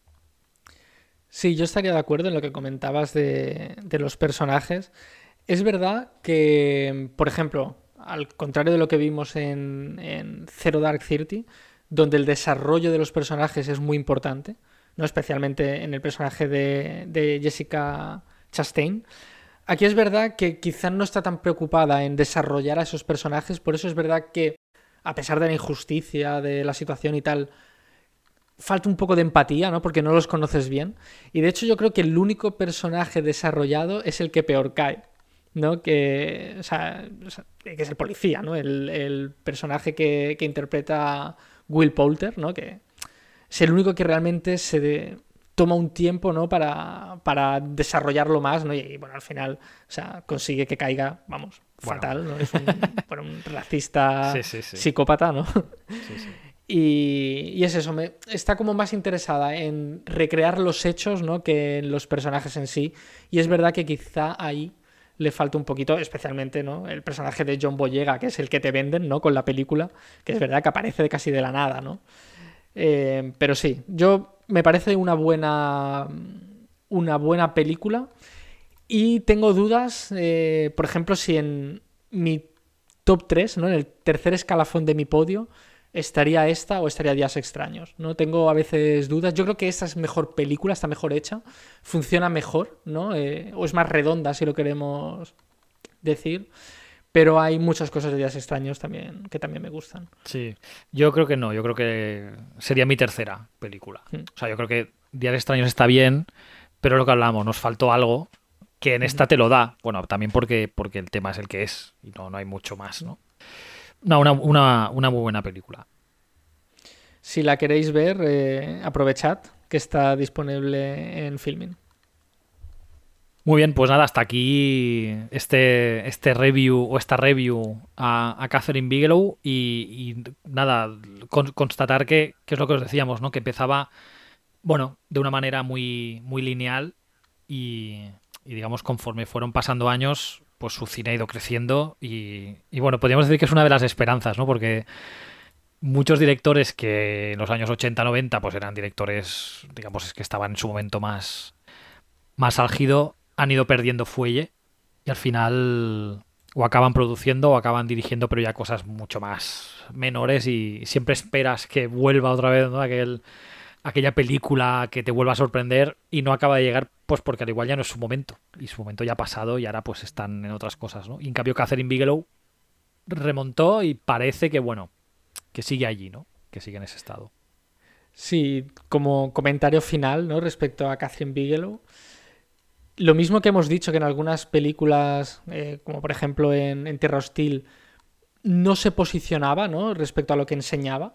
Sí, yo estaría de acuerdo en lo que comentabas de los personajes. Es verdad que, por ejemplo, al contrario de lo que vimos en Zero Dark Thirty, donde el desarrollo de los personajes es muy importante, ¿no? Especialmente en el personaje de Jessica Chastain. Aquí es verdad que quizás no está tan preocupada en desarrollar a esos personajes, por eso es verdad que, a pesar de la injusticia de la situación y tal, falta un poco de empatía, ¿no? Porque no los conoces bien. Y de hecho yo creo que el único personaje desarrollado es el que peor cae, ¿no? Que es el policía, ¿no? El personaje que interpreta Will Poulter, ¿no? Que es el único que realmente toma un tiempo, ¿no? para desarrollarlo más, ¿no? Y bueno, al final, consigue que caiga, vamos, fatal, ¿no? Es un racista psicópata, ¿no? Sí. Y es eso, está como más interesada en recrear los hechos, ¿no? que en los personajes en sí. Y es verdad que quizá ahí le falta un poquito, especialmente, ¿no? El personaje de John Boyega, que es el que te venden, ¿no? Con la película, que es verdad que aparece casi de la nada, ¿no? Pero sí, me parece una buena película. Y tengo dudas, por ejemplo, si en mi top 3, ¿no? En el tercer escalafón de mi podio, estaría esta o estaría Días Extraños, ¿no? Tengo a veces dudas. Yo creo que esta es mejor película, está mejor hecha, funciona mejor, ¿no? O es más redonda, si lo queremos decir. Pero hay muchas cosas de Días Extraños también que también me gustan. Sí, yo creo que no, yo creo que sería mi tercera película. O sea, yo creo que Días Extraños está bien, pero lo que hablamos, nos faltó algo que en esta te lo da. Bueno, también porque el tema es el que es y no hay mucho más, ¿no? No, una muy buena película. Si la queréis ver, aprovechad que está disponible en Filmin. Muy bien, pues nada, hasta aquí este review o esta review a Catherine Bigelow y nada, constatar que es lo que os decíamos, ¿no? Que empezaba, bueno, de una manera muy, muy lineal y digamos conforme fueron pasando años, pues su cine ha ido creciendo y bueno, podríamos decir que es una de las esperanzas, ¿no? Porque muchos directores que en los años 80-90 pues eran directores, digamos, que estaban en su momento más álgido, han ido perdiendo fuelle y al final o acaban produciendo o acaban dirigiendo, pero ya cosas mucho más menores y siempre esperas que vuelva otra vez, ¿no? Aquella película que te vuelva a sorprender y no acaba de llegar, pues porque al igual ya no es su momento y su momento ya ha pasado y ahora pues están en otras cosas, ¿no? Y en cambio Catherine Bigelow remontó y parece que, bueno, que sigue allí, ¿no? Que sigue en ese estado. Sí, como comentario final, ¿no? Respecto a Catherine Bigelow, lo mismo que hemos dicho que en algunas películas, como por ejemplo en Tierra Hostil, no se posicionaba, ¿no? Respecto a lo que enseñaba.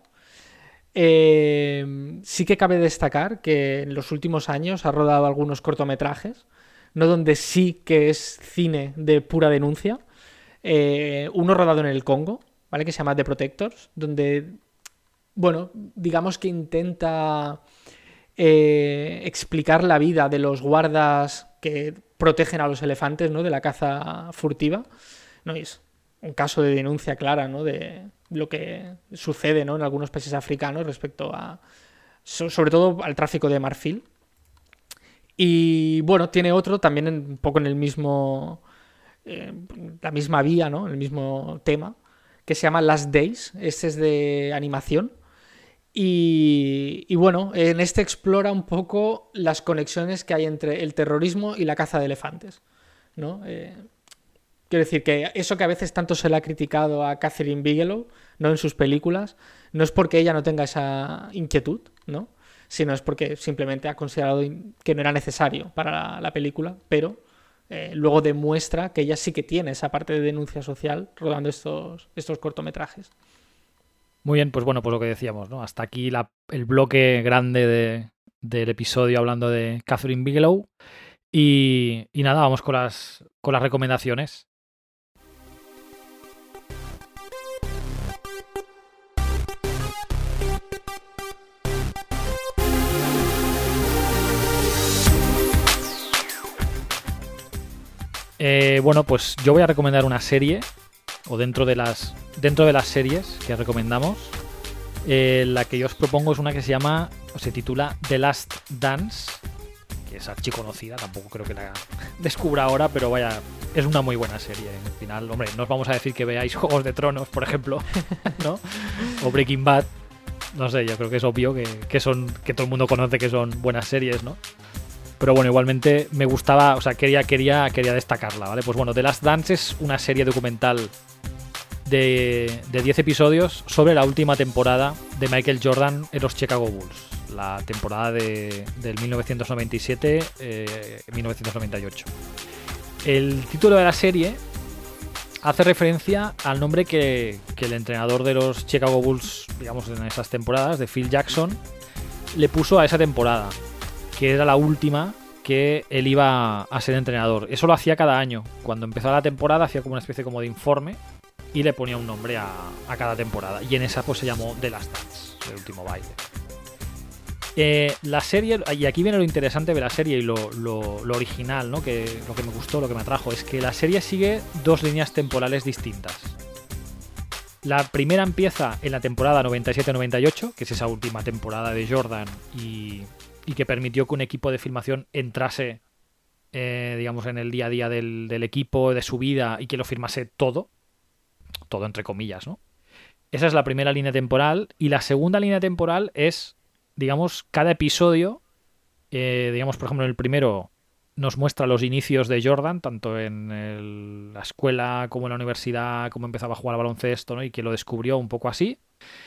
Sí que cabe destacar que en los últimos años ha rodado algunos cortometrajes, ¿no? Donde sí que es cine de pura denuncia. Uno rodado en el Congo, ¿vale? Que se llama The Protectors, donde, bueno, digamos que intenta explicar la vida de los guardas que protegen a los elefantes, ¿no? De la caza furtiva, ¿no? Y es un caso de denuncia clara, ¿no? De lo que sucede, ¿no? En algunos países africanos respecto a, sobre todo, al tráfico de marfil. Y bueno, tiene otro también un poco en el mismo, la misma vía, ¿no? El mismo tema, que se llama Last Days. Este es de animación. Y bueno, en este explora un poco las conexiones que hay entre el terrorismo y la caza de elefantes, ¿no? Quiero decir que eso que a veces tanto se le ha criticado a Catherine Bigelow, ¿no? En sus películas, no es porque ella no tenga esa inquietud, ¿no? Sino es porque simplemente ha considerado que no era necesario para la película, pero luego demuestra que ella sí que tiene esa parte de denuncia social rodando estos cortometrajes. Muy bien, pues bueno, pues lo que decíamos, ¿no? Hasta aquí el bloque grande del episodio hablando de Catherine Bigelow. Y nada, vamos con las recomendaciones. Bueno, pues yo voy a recomendar una serie, o dentro de las series que recomendamos, la que yo os propongo es una que se titula The Last Dance, que es archiconocida, tampoco creo que la descubra ahora, pero vaya, es una muy buena serie. Al final, hombre, no os vamos a decir que veáis Juegos de Tronos, por ejemplo, ¿no? O Breaking Bad, no sé, yo creo que es obvio que todo el mundo conoce que son buenas series, ¿no? Pero bueno, igualmente me gustaba, o sea, quería destacarla, ¿vale? Pues bueno, The Last Dance es una serie documental de 10 episodios sobre la última temporada de Michael Jordan en los Chicago Bulls, la temporada del 1997-1998. El título de la serie hace referencia al nombre que el entrenador de los Chicago Bulls, digamos, en esas temporadas, de Phil Jackson, le puso a esa temporada, que era la última que él iba a ser entrenador. Eso lo hacía cada año. Cuando empezaba la temporada hacía como una especie como de informe y le ponía un nombre a cada temporada. Y en esa pues se llamó The Last Dance, el último baile. La serie, y aquí viene lo interesante de la serie y lo original, ¿no? Que lo que me gustó, lo que me atrajo, es que la serie sigue dos líneas temporales distintas. La primera empieza en la temporada 97-98, que es esa última temporada de Jordan y que permitió que un equipo de filmación entrase, digamos, en el día a día del equipo, de su vida, y que lo firmase todo entre comillas, ¿no? Esa es la primera línea temporal, y la segunda línea temporal es, digamos, cada episodio, digamos, por ejemplo, en el primero nos muestra los inicios de Jordan, tanto en la escuela como en la universidad, cómo empezaba a jugar al baloncesto, ¿no? Y que lo descubrió un poco así.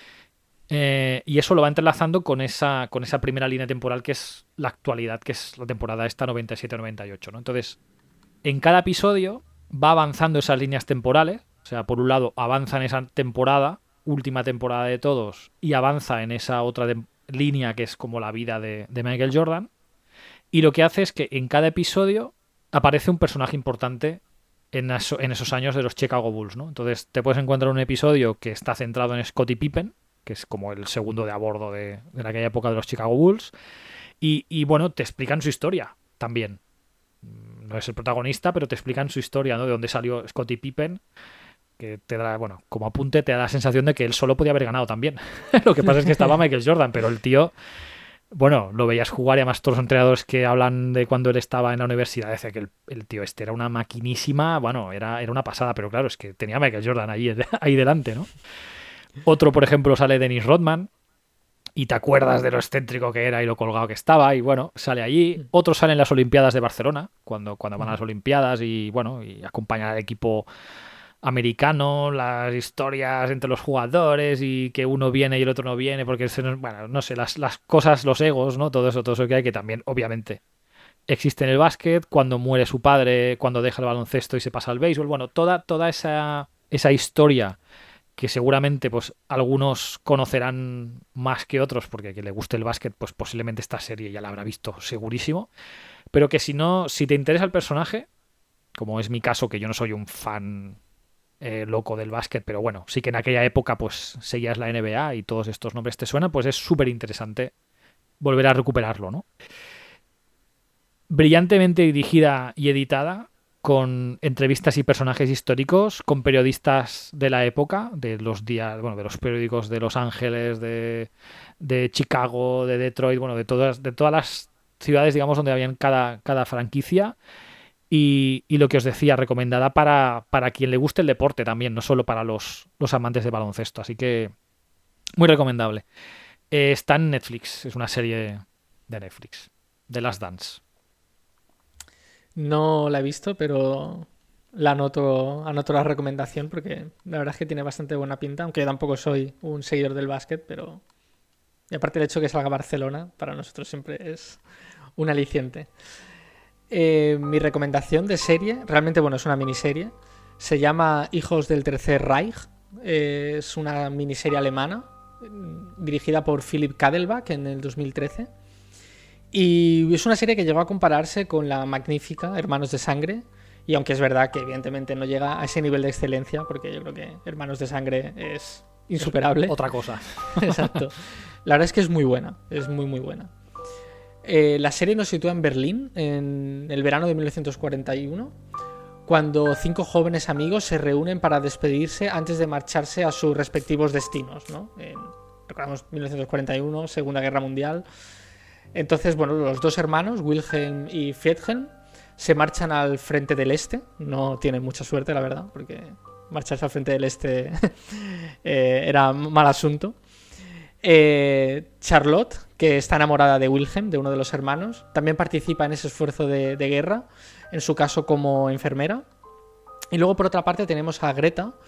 Y eso lo va entrelazando con esa primera línea temporal que es la actualidad, que es la temporada esta 97-98, ¿no? Entonces, en cada episodio va avanzando esas líneas temporales. O sea, por un lado avanza en esa temporada, última temporada de todos, y avanza en esa otra línea que es como la vida de Michael Jordan. Y lo que hace es que en cada episodio aparece un personaje importante en esos años de los Chicago Bulls, ¿no? Entonces te puedes encontrar un episodio que está centrado en Scottie Pippen, que es como el segundo de a bordo de aquella época de los Chicago Bulls. Y bueno, te explican su historia también. No es el protagonista, pero te explican su historia, ¿no? De dónde salió Scottie Pippen, que te da, bueno, como apunte, te da la sensación de que él solo podía haber ganado también. Lo que pasa es que estaba Michael Jordan, pero el tío, bueno, lo veías jugar, y además todos los entrenadores que hablan de cuando él estaba en la universidad decían que el tío este era una maquinísima, bueno, era una pasada, pero claro, es que tenía a Michael Jordan ahí delante, ¿no? Otro, por ejemplo, sale Dennis Rodman, y te acuerdas de lo excéntrico que era y lo colgado que estaba, y bueno, sale allí. Otro sale en las Olimpiadas de Barcelona, cuando van a las Olimpiadas, y bueno, y acompaña al equipo americano, las historias entre los jugadores y que uno viene y el otro no viene, porque bueno, no sé, las cosas, los egos, ¿no? Todo eso que hay, que también, obviamente, existe en el básquet, cuando muere su padre, cuando deja el baloncesto y se pasa al béisbol, bueno, toda esa historia que seguramente pues algunos conocerán más que otros, porque a quien le guste el básquet, pues posiblemente esta serie ya la habrá visto segurísimo, pero que si te interesa el personaje, como es mi caso, que yo no soy un fan loco del básquet, pero bueno, sí que en aquella época pues seguías la NBA y todos estos nombres te suenan, pues es súper interesante volver a recuperarlo, ¿no? Brillantemente dirigida y editada, con entrevistas y personajes históricos, con periodistas de la época, de los periódicos de Los Ángeles, de Chicago, de Detroit, bueno, de todas las ciudades, digamos, donde habían cada franquicia. Y lo que os decía, recomendada para quien le guste el deporte también, no solo para los amantes de baloncesto. Así que muy recomendable. Está en Netflix, es una serie de Netflix, The Last Dance. No la he visto, pero la anoto la recomendación, porque la verdad es que tiene bastante buena pinta, aunque yo tampoco soy un seguidor del básquet, pero... Y aparte el hecho de que salga Barcelona, para nosotros siempre es un aliciente. Mi recomendación de serie, realmente, bueno, es una miniserie, se llama Hijos del Tercer Reich, es una miniserie alemana dirigida por Philipp Kadelbach en el 2013, y es una serie que llegó a compararse con la magnífica Hermanos de Sangre, y aunque es verdad que evidentemente no llega a ese nivel de excelencia, porque yo creo que Hermanos de Sangre es insuperable. Es otra cosa. Exacto. La verdad es que es muy buena, es muy muy buena. La serie nos sitúa en Berlín en el verano de 1941, cuando 5 jóvenes amigos se reúnen para despedirse antes de marcharse a sus respectivos destinos, ¿no? Recordamos 1941, Segunda Guerra Mundial. Entonces, bueno, los 2 hermanos, Wilhelm y Friedhelm, se marchan al frente del este. No tienen mucha suerte, la verdad, porque marcharse al frente del este era mal asunto. Charlotte, que está enamorada de Wilhelm, de uno de los hermanos, también participa en ese esfuerzo de guerra, en su caso como enfermera. Y luego, por otra parte, tenemos a Greta,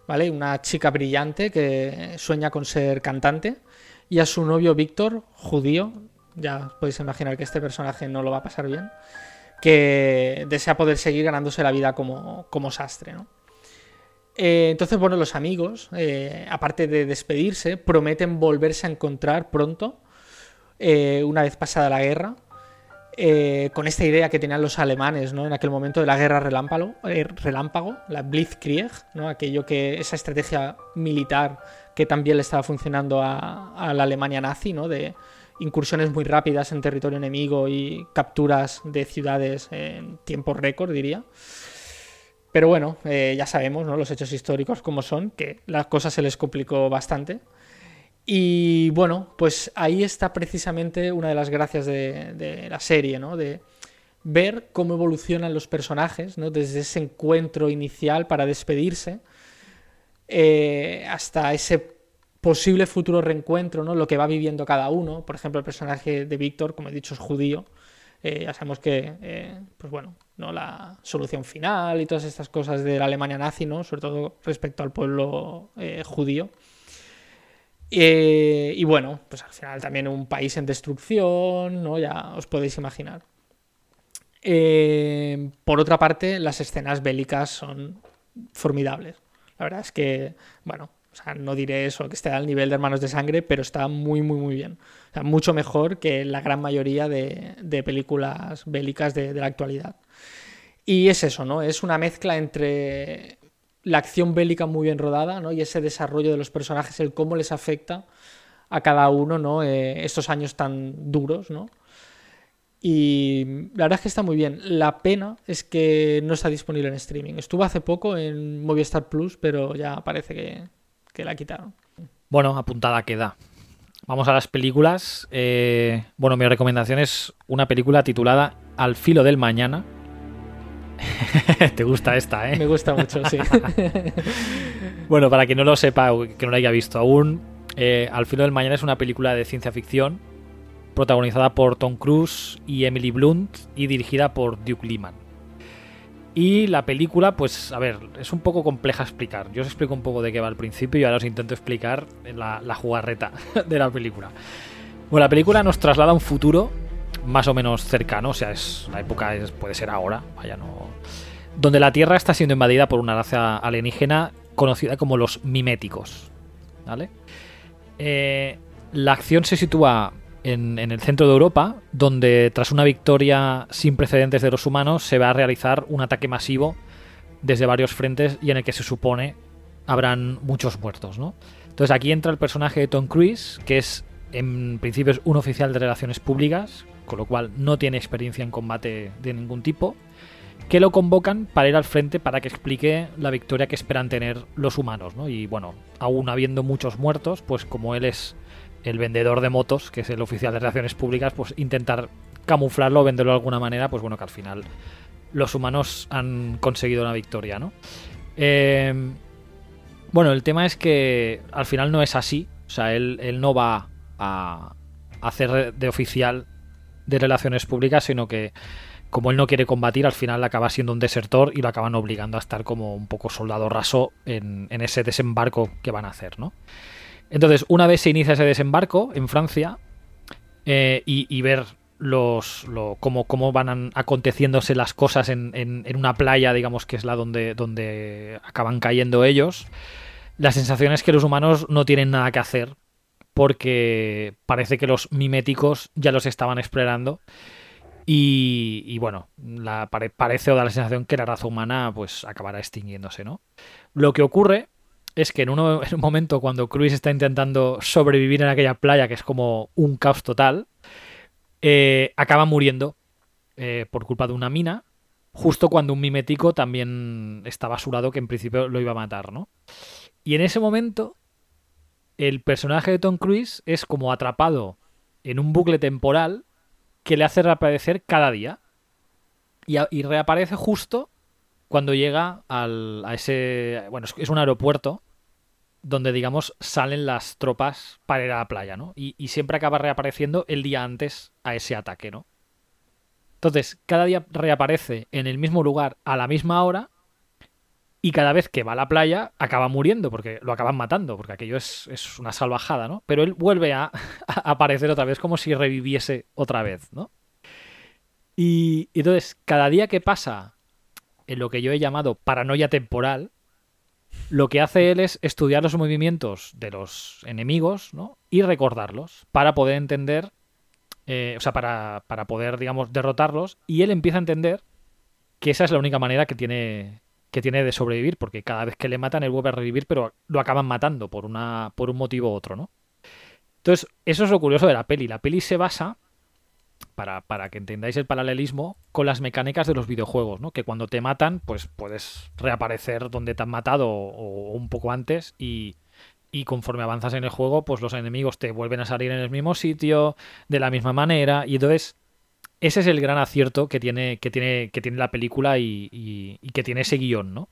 ¿vale? Una chica brillante que sueña con ser cantante, y a su novio Víctor, judío, ya podéis imaginar que este personaje no lo va a pasar bien, que desea poder seguir ganándose la vida como sastre, ¿no? Entonces, bueno, los amigos, aparte de despedirse, prometen volverse a encontrar pronto, una vez pasada la guerra, con esta idea que tenían los alemanes, ¿no? En aquel momento de la guerra relámpago, la Blitzkrieg, ¿no? Esa estrategia militar que también le estaba funcionando a la Alemania nazi, ¿no? De incursiones muy rápidas en territorio enemigo y capturas de ciudades en tiempo récord, diría. Pero bueno, ya sabemos, ¿no? Los hechos históricos como son, que las cosas se les complicó bastante. Y bueno, pues ahí está precisamente una de las gracias de la serie, ¿no? De ver cómo evolucionan los personajes, ¿no? Desde ese encuentro inicial para despedirse, hasta ese posible futuro reencuentro, ¿no? Lo que va viviendo cada uno. Por ejemplo, el personaje de Víctor, como he dicho, es judío. Ya sabemos que, pues bueno, ¿no? La solución final y todas estas cosas de la Alemania nazi, ¿no? Sobre todo respecto al pueblo judío. Y bueno, pues al final también un país en destrucción, ¿no? Ya os podéis imaginar. Por otra parte, las escenas bélicas son formidables. La verdad es que, bueno, o sea, no diré eso, que esté al nivel de Hermanos de Sangre, pero está muy, muy, muy bien. O sea, mucho mejor que la gran mayoría de películas bélicas de la actualidad. Y es eso, ¿no? Es una mezcla entre la acción bélica muy bien rodada, ¿no? Y ese desarrollo de los personajes, el cómo les afecta a cada uno, ¿no? Estos años tan duros, ¿no? Y la verdad es que está muy bien. La pena es que no está disponible en streaming. Estuvo hace poco en Movistar Plus, pero ya parece que la quitaron. Bueno, apuntada queda. Vamos a las películas. Bueno, mi recomendación es una película titulada Al filo del mañana. Te gusta esta, ¿eh? Me gusta mucho, sí. Bueno, para quien no lo sepa, que no la haya visto aún, Al filo del mañana es una película de ciencia ficción protagonizada por Tom Cruise y Emily Blunt y dirigida por Duke Liman. Y la película, pues, a ver, es un poco compleja explicar. Yo os explico un poco de qué va al principio y ahora os intento explicar la jugarreta de la película. Bueno, la película nos traslada a un futuro más o menos cercano, o sea, la época puede ser ahora, vaya, no, donde la Tierra está siendo invadida por una raza alienígena conocida como los miméticos, ¿vale? La acción se sitúa en el centro de Europa, donde tras una victoria sin precedentes de los humanos se va a realizar un ataque masivo desde varios frentes y en el que se supone habrán muchos muertos, ¿no? Entonces aquí entra el personaje de Tom Cruise, que es en principio es un oficial de relaciones públicas, con lo cual no tiene experiencia en combate de ningún tipo, que lo convocan para ir al frente para que explique la victoria que esperan tener los humanos, ¿no? Y bueno, aún habiendo muchos muertos, pues como él es el vendedor de motos, que es el oficial de relaciones públicas, pues intentar camuflarlo o venderlo de alguna manera, pues bueno, que al final los humanos han conseguido una victoria, ¿no? Bueno, el tema es que al final no es así, o sea, él no va a hacer de oficial de relaciones públicas, sino que como él no quiere combatir, al final acaba siendo un desertor y lo acaban obligando a estar como un poco soldado raso en ese desembarco que van a hacer, ¿no? Entonces, una vez se inicia ese desembarco en Francia y ver cómo van aconteciéndose las cosas en una playa, digamos que es la donde acaban cayendo ellos, la sensación es que los humanos no tienen nada que hacer porque parece que los miméticos ya los estaban explorando y bueno, parece o da la sensación que la raza humana pues acabará extinguiéndose, ¿no? Lo que ocurre es que en un momento cuando Cruise está intentando sobrevivir en aquella playa, que es como un caos total, acaba muriendo por culpa de una mina, justo cuando un mimético también está basurado, que en principio lo iba a matar, ¿no? Y en ese momento, el personaje de Tom Cruise es como atrapado en un bucle temporal que le hace reaparecer cada día. Y reaparece justo cuando llega a ese... Bueno, es un aeropuerto donde, digamos, salen las tropas para ir a la playa, ¿no? Y siempre acaba reapareciendo el día antes a ese ataque, ¿no? Entonces, cada día reaparece en el mismo lugar a la misma hora Y cada vez que va a la playa acaba muriendo, porque lo acaban matando, porque aquello es una salvajada, ¿no? Pero él vuelve a aparecer otra vez como si reviviese otra vez, ¿no? Y entonces, cada día que pasa en lo que yo he llamado paranoia temporal, lo que hace él es estudiar los movimientos de los enemigos, ¿no? Y recordarlos para poder entender, o sea, para poder, digamos, derrotarlos. Y él empieza a entender que esa es la única manera que tiene de sobrevivir, porque cada vez que le matan él vuelve a revivir, pero lo acaban matando por un motivo u otro, ¿no? Entonces, eso es lo curioso de la peli. La peli se basa, para que entendáis el paralelismo, con las mecánicas de los videojuegos, ¿no? Que cuando te matan, pues puedes reaparecer donde te han matado o un poco antes y conforme avanzas en el juego, pues los enemigos te vuelven a salir en el mismo sitio, de la misma manera, y entonces ese es el gran acierto que tiene la película y que tiene ese guión, ¿no?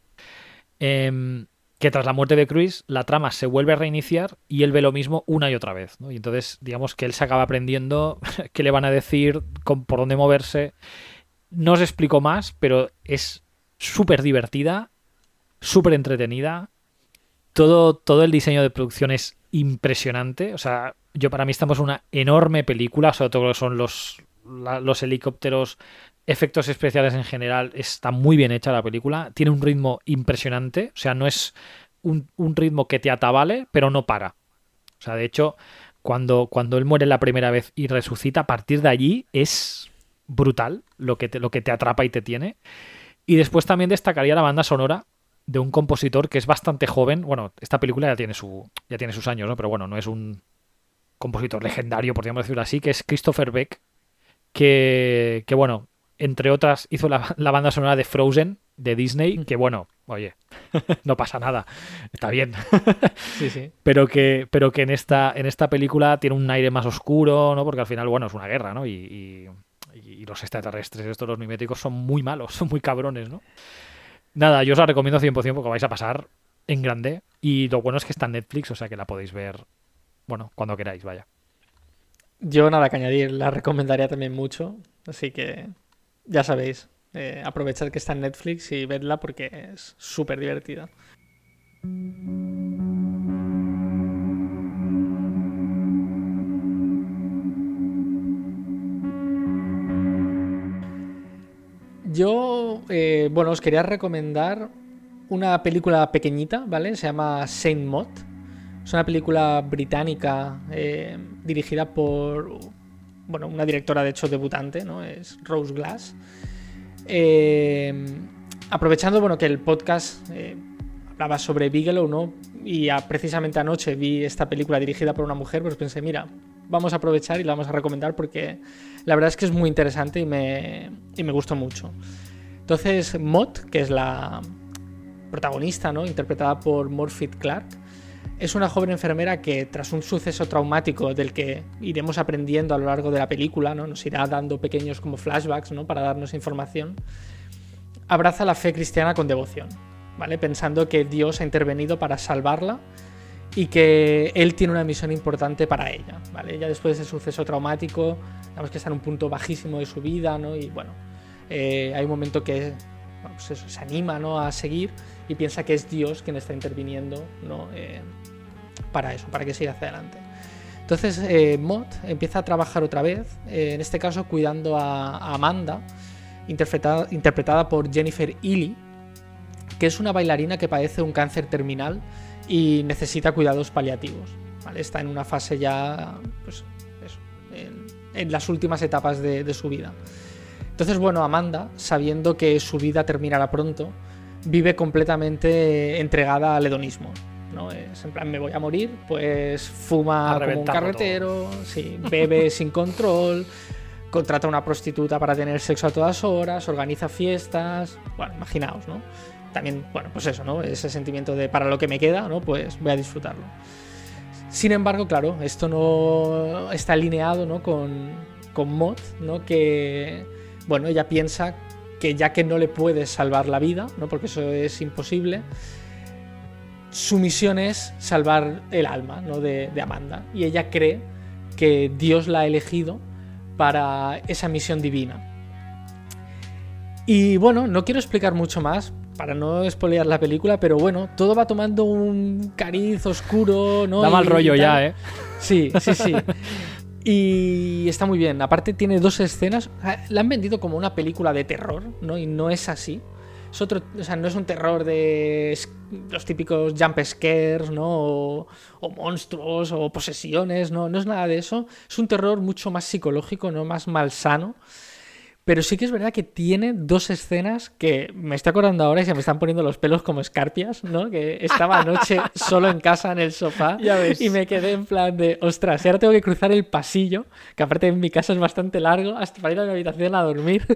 Que tras la muerte de Chris, la trama se vuelve a reiniciar y él ve lo mismo una y otra vez, ¿no? Y entonces, digamos que él se acaba aprendiendo qué le van a decir, por dónde moverse. No os explico más, pero es súper divertida, súper entretenida. Todo el diseño de producción es impresionante. O sea, para mí estamos en una enorme película, sobre todo lo que son los helicópteros, efectos especiales en general. Está muy bien hecha la película. Tiene un ritmo impresionante. O sea, no es un ritmo que te atabale, pero no para. O sea, de hecho, cuando él muere la primera vez y resucita, a partir de allí es brutal lo que te atrapa y te tiene. Y después también destacaría la banda sonora de un compositor que es bastante joven. Bueno, esta película ya tiene sus años, ¿no? Pero bueno, no es un compositor legendario, podríamos decirlo así, que es Christopher Beck, que bueno, entre otras hizo la banda sonora de Frozen, de Disney, que bueno, oye, no pasa nada, está bien. Sí, sí. Pero que en esta película tiene un aire más oscuro, ¿no? Porque al final, bueno, es una guerra, ¿no? Y los extraterrestres, estos, los miméticos, son muy malos, son muy cabrones, ¿no? Nada, yo os la recomiendo 100% porque vais a pasar en grande. Y lo bueno es que está en Netflix, o sea que la podéis ver, bueno, cuando queráis, vaya. Yo nada que añadir, la recomendaría también mucho, así que ya sabéis, aprovechad que está en Netflix y vedla porque es súper divertida. Yo, bueno, os quería recomendar una película pequeñita, ¿vale? Se llama Saint Maud. Es una película británica dirigida por, bueno, una directora de hecho debutante, ¿no? Es Rose Glass. Aprovechando, bueno, que el podcast hablaba sobre Bigelow, ¿no? Y precisamente anoche vi esta película dirigida por una mujer, pues pensé, mira, vamos a aprovechar y la vamos a recomendar porque la verdad es que es muy interesante y me gustó mucho. Entonces, Maud, que es la protagonista, ¿no? Interpretada por Morphy Clark, es una joven enfermera que, tras un suceso traumático del que iremos aprendiendo a lo largo de la película, ¿no? Nos irá dando pequeños como flashbacks, ¿no? Para darnos información, abraza la fe cristiana con devoción, ¿vale? Pensando que Dios ha intervenido para salvarla y que Él tiene una misión importante para ella, ¿vale? Ella, después de ese suceso traumático, digamos que está en un punto bajísimo de su vida, ¿no? Y bueno, hay un momento que, bueno, pues eso, se anima, ¿no? A seguir y piensa que es Dios quien está interviniendo, ¿no? Para eso, para que siga hacia adelante. Entonces Maud empieza a trabajar otra vez, en este caso cuidando a Amanda, interpretada por Jennifer Ehle, que es una bailarina que padece un cáncer terminal y necesita cuidados paliativos, ¿vale? Está en una fase ya, pues eso, en las últimas etapas de su vida. Entonces, bueno, Amanda, sabiendo que su vida terminará pronto, vive completamente entregada al hedonismo, ¿no? Es en plan, me voy a morir, pues fuma como un carretero, sí, bebe sin control, contrata a una prostituta para tener sexo a todas horas, organiza fiestas, bueno, imaginaos, ¿no? También, bueno, pues eso, ¿no? Ese sentimiento de para lo que me queda, ¿no? Pues voy a disfrutarlo. Sin embargo, claro, esto no está alineado, ¿no? con Maud, ¿no? Que, bueno, ella piensa que ya que no le puedes salvar la vida, ¿no? Porque eso es imposible, su misión es salvar el alma, ¿no? de Amanda. Y ella cree que Dios la ha elegido para esa misión divina. Y bueno, no quiero explicar mucho más, para no spoilear la película, pero bueno, todo va tomando un cariz oscuro, ¿no? Da mal rollo ya, ¿eh? Sí. Y está muy bien. Aparte tiene 2 escenas. La han vendido como una película de terror, ¿no? Y no es así. Es otro, o sea, no es un terror de los típicos jump scares, ¿no? O monstruos o posesiones, ¿no? No es nada de eso. Es un terror mucho más psicológico, ¿no? Más malsano. Pero sí que es verdad que tiene 2 escenas que me estoy acordando ahora y se me están poniendo los pelos como escarpias, ¿no? Que estaba anoche solo en casa en el sofá y me quedé en plan de, ostras, y ahora tengo que cruzar el pasillo, que aparte en mi casa es bastante largo, hasta para ir a mi habitación a dormir.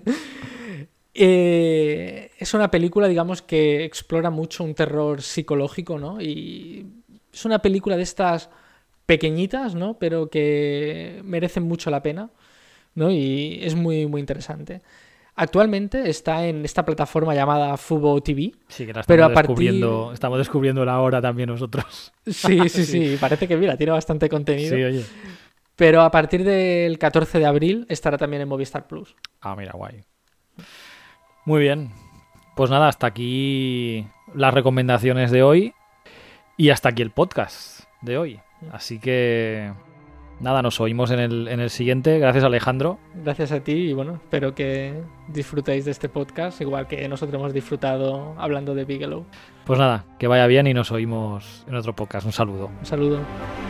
Es una película, digamos, que explora mucho un terror psicológico, ¿no? Y es una película de estas pequeñitas, ¿no? Pero que merecen mucho la pena, ¿no? Y es muy, muy interesante. Actualmente está en esta plataforma llamada Fubo TV. Sí, que la estamos pero descubriendo. Estamos descubriendo ahora también nosotros. Sí. Parece que, mira, tiene bastante contenido. Sí, oye. Pero a partir del 14 de abril estará también en Movistar Plus. Ah, mira, guay. Muy bien. Pues nada, hasta aquí las recomendaciones de hoy. Y hasta aquí el podcast de hoy. Así que... nada, nos oímos en el siguiente. Gracias, Alejandro. Gracias a ti y bueno, espero que disfrutéis de este podcast, igual que nosotros hemos disfrutado hablando de Bigelow. Pues nada, que vaya bien y nos oímos en otro podcast. Un saludo. Un saludo.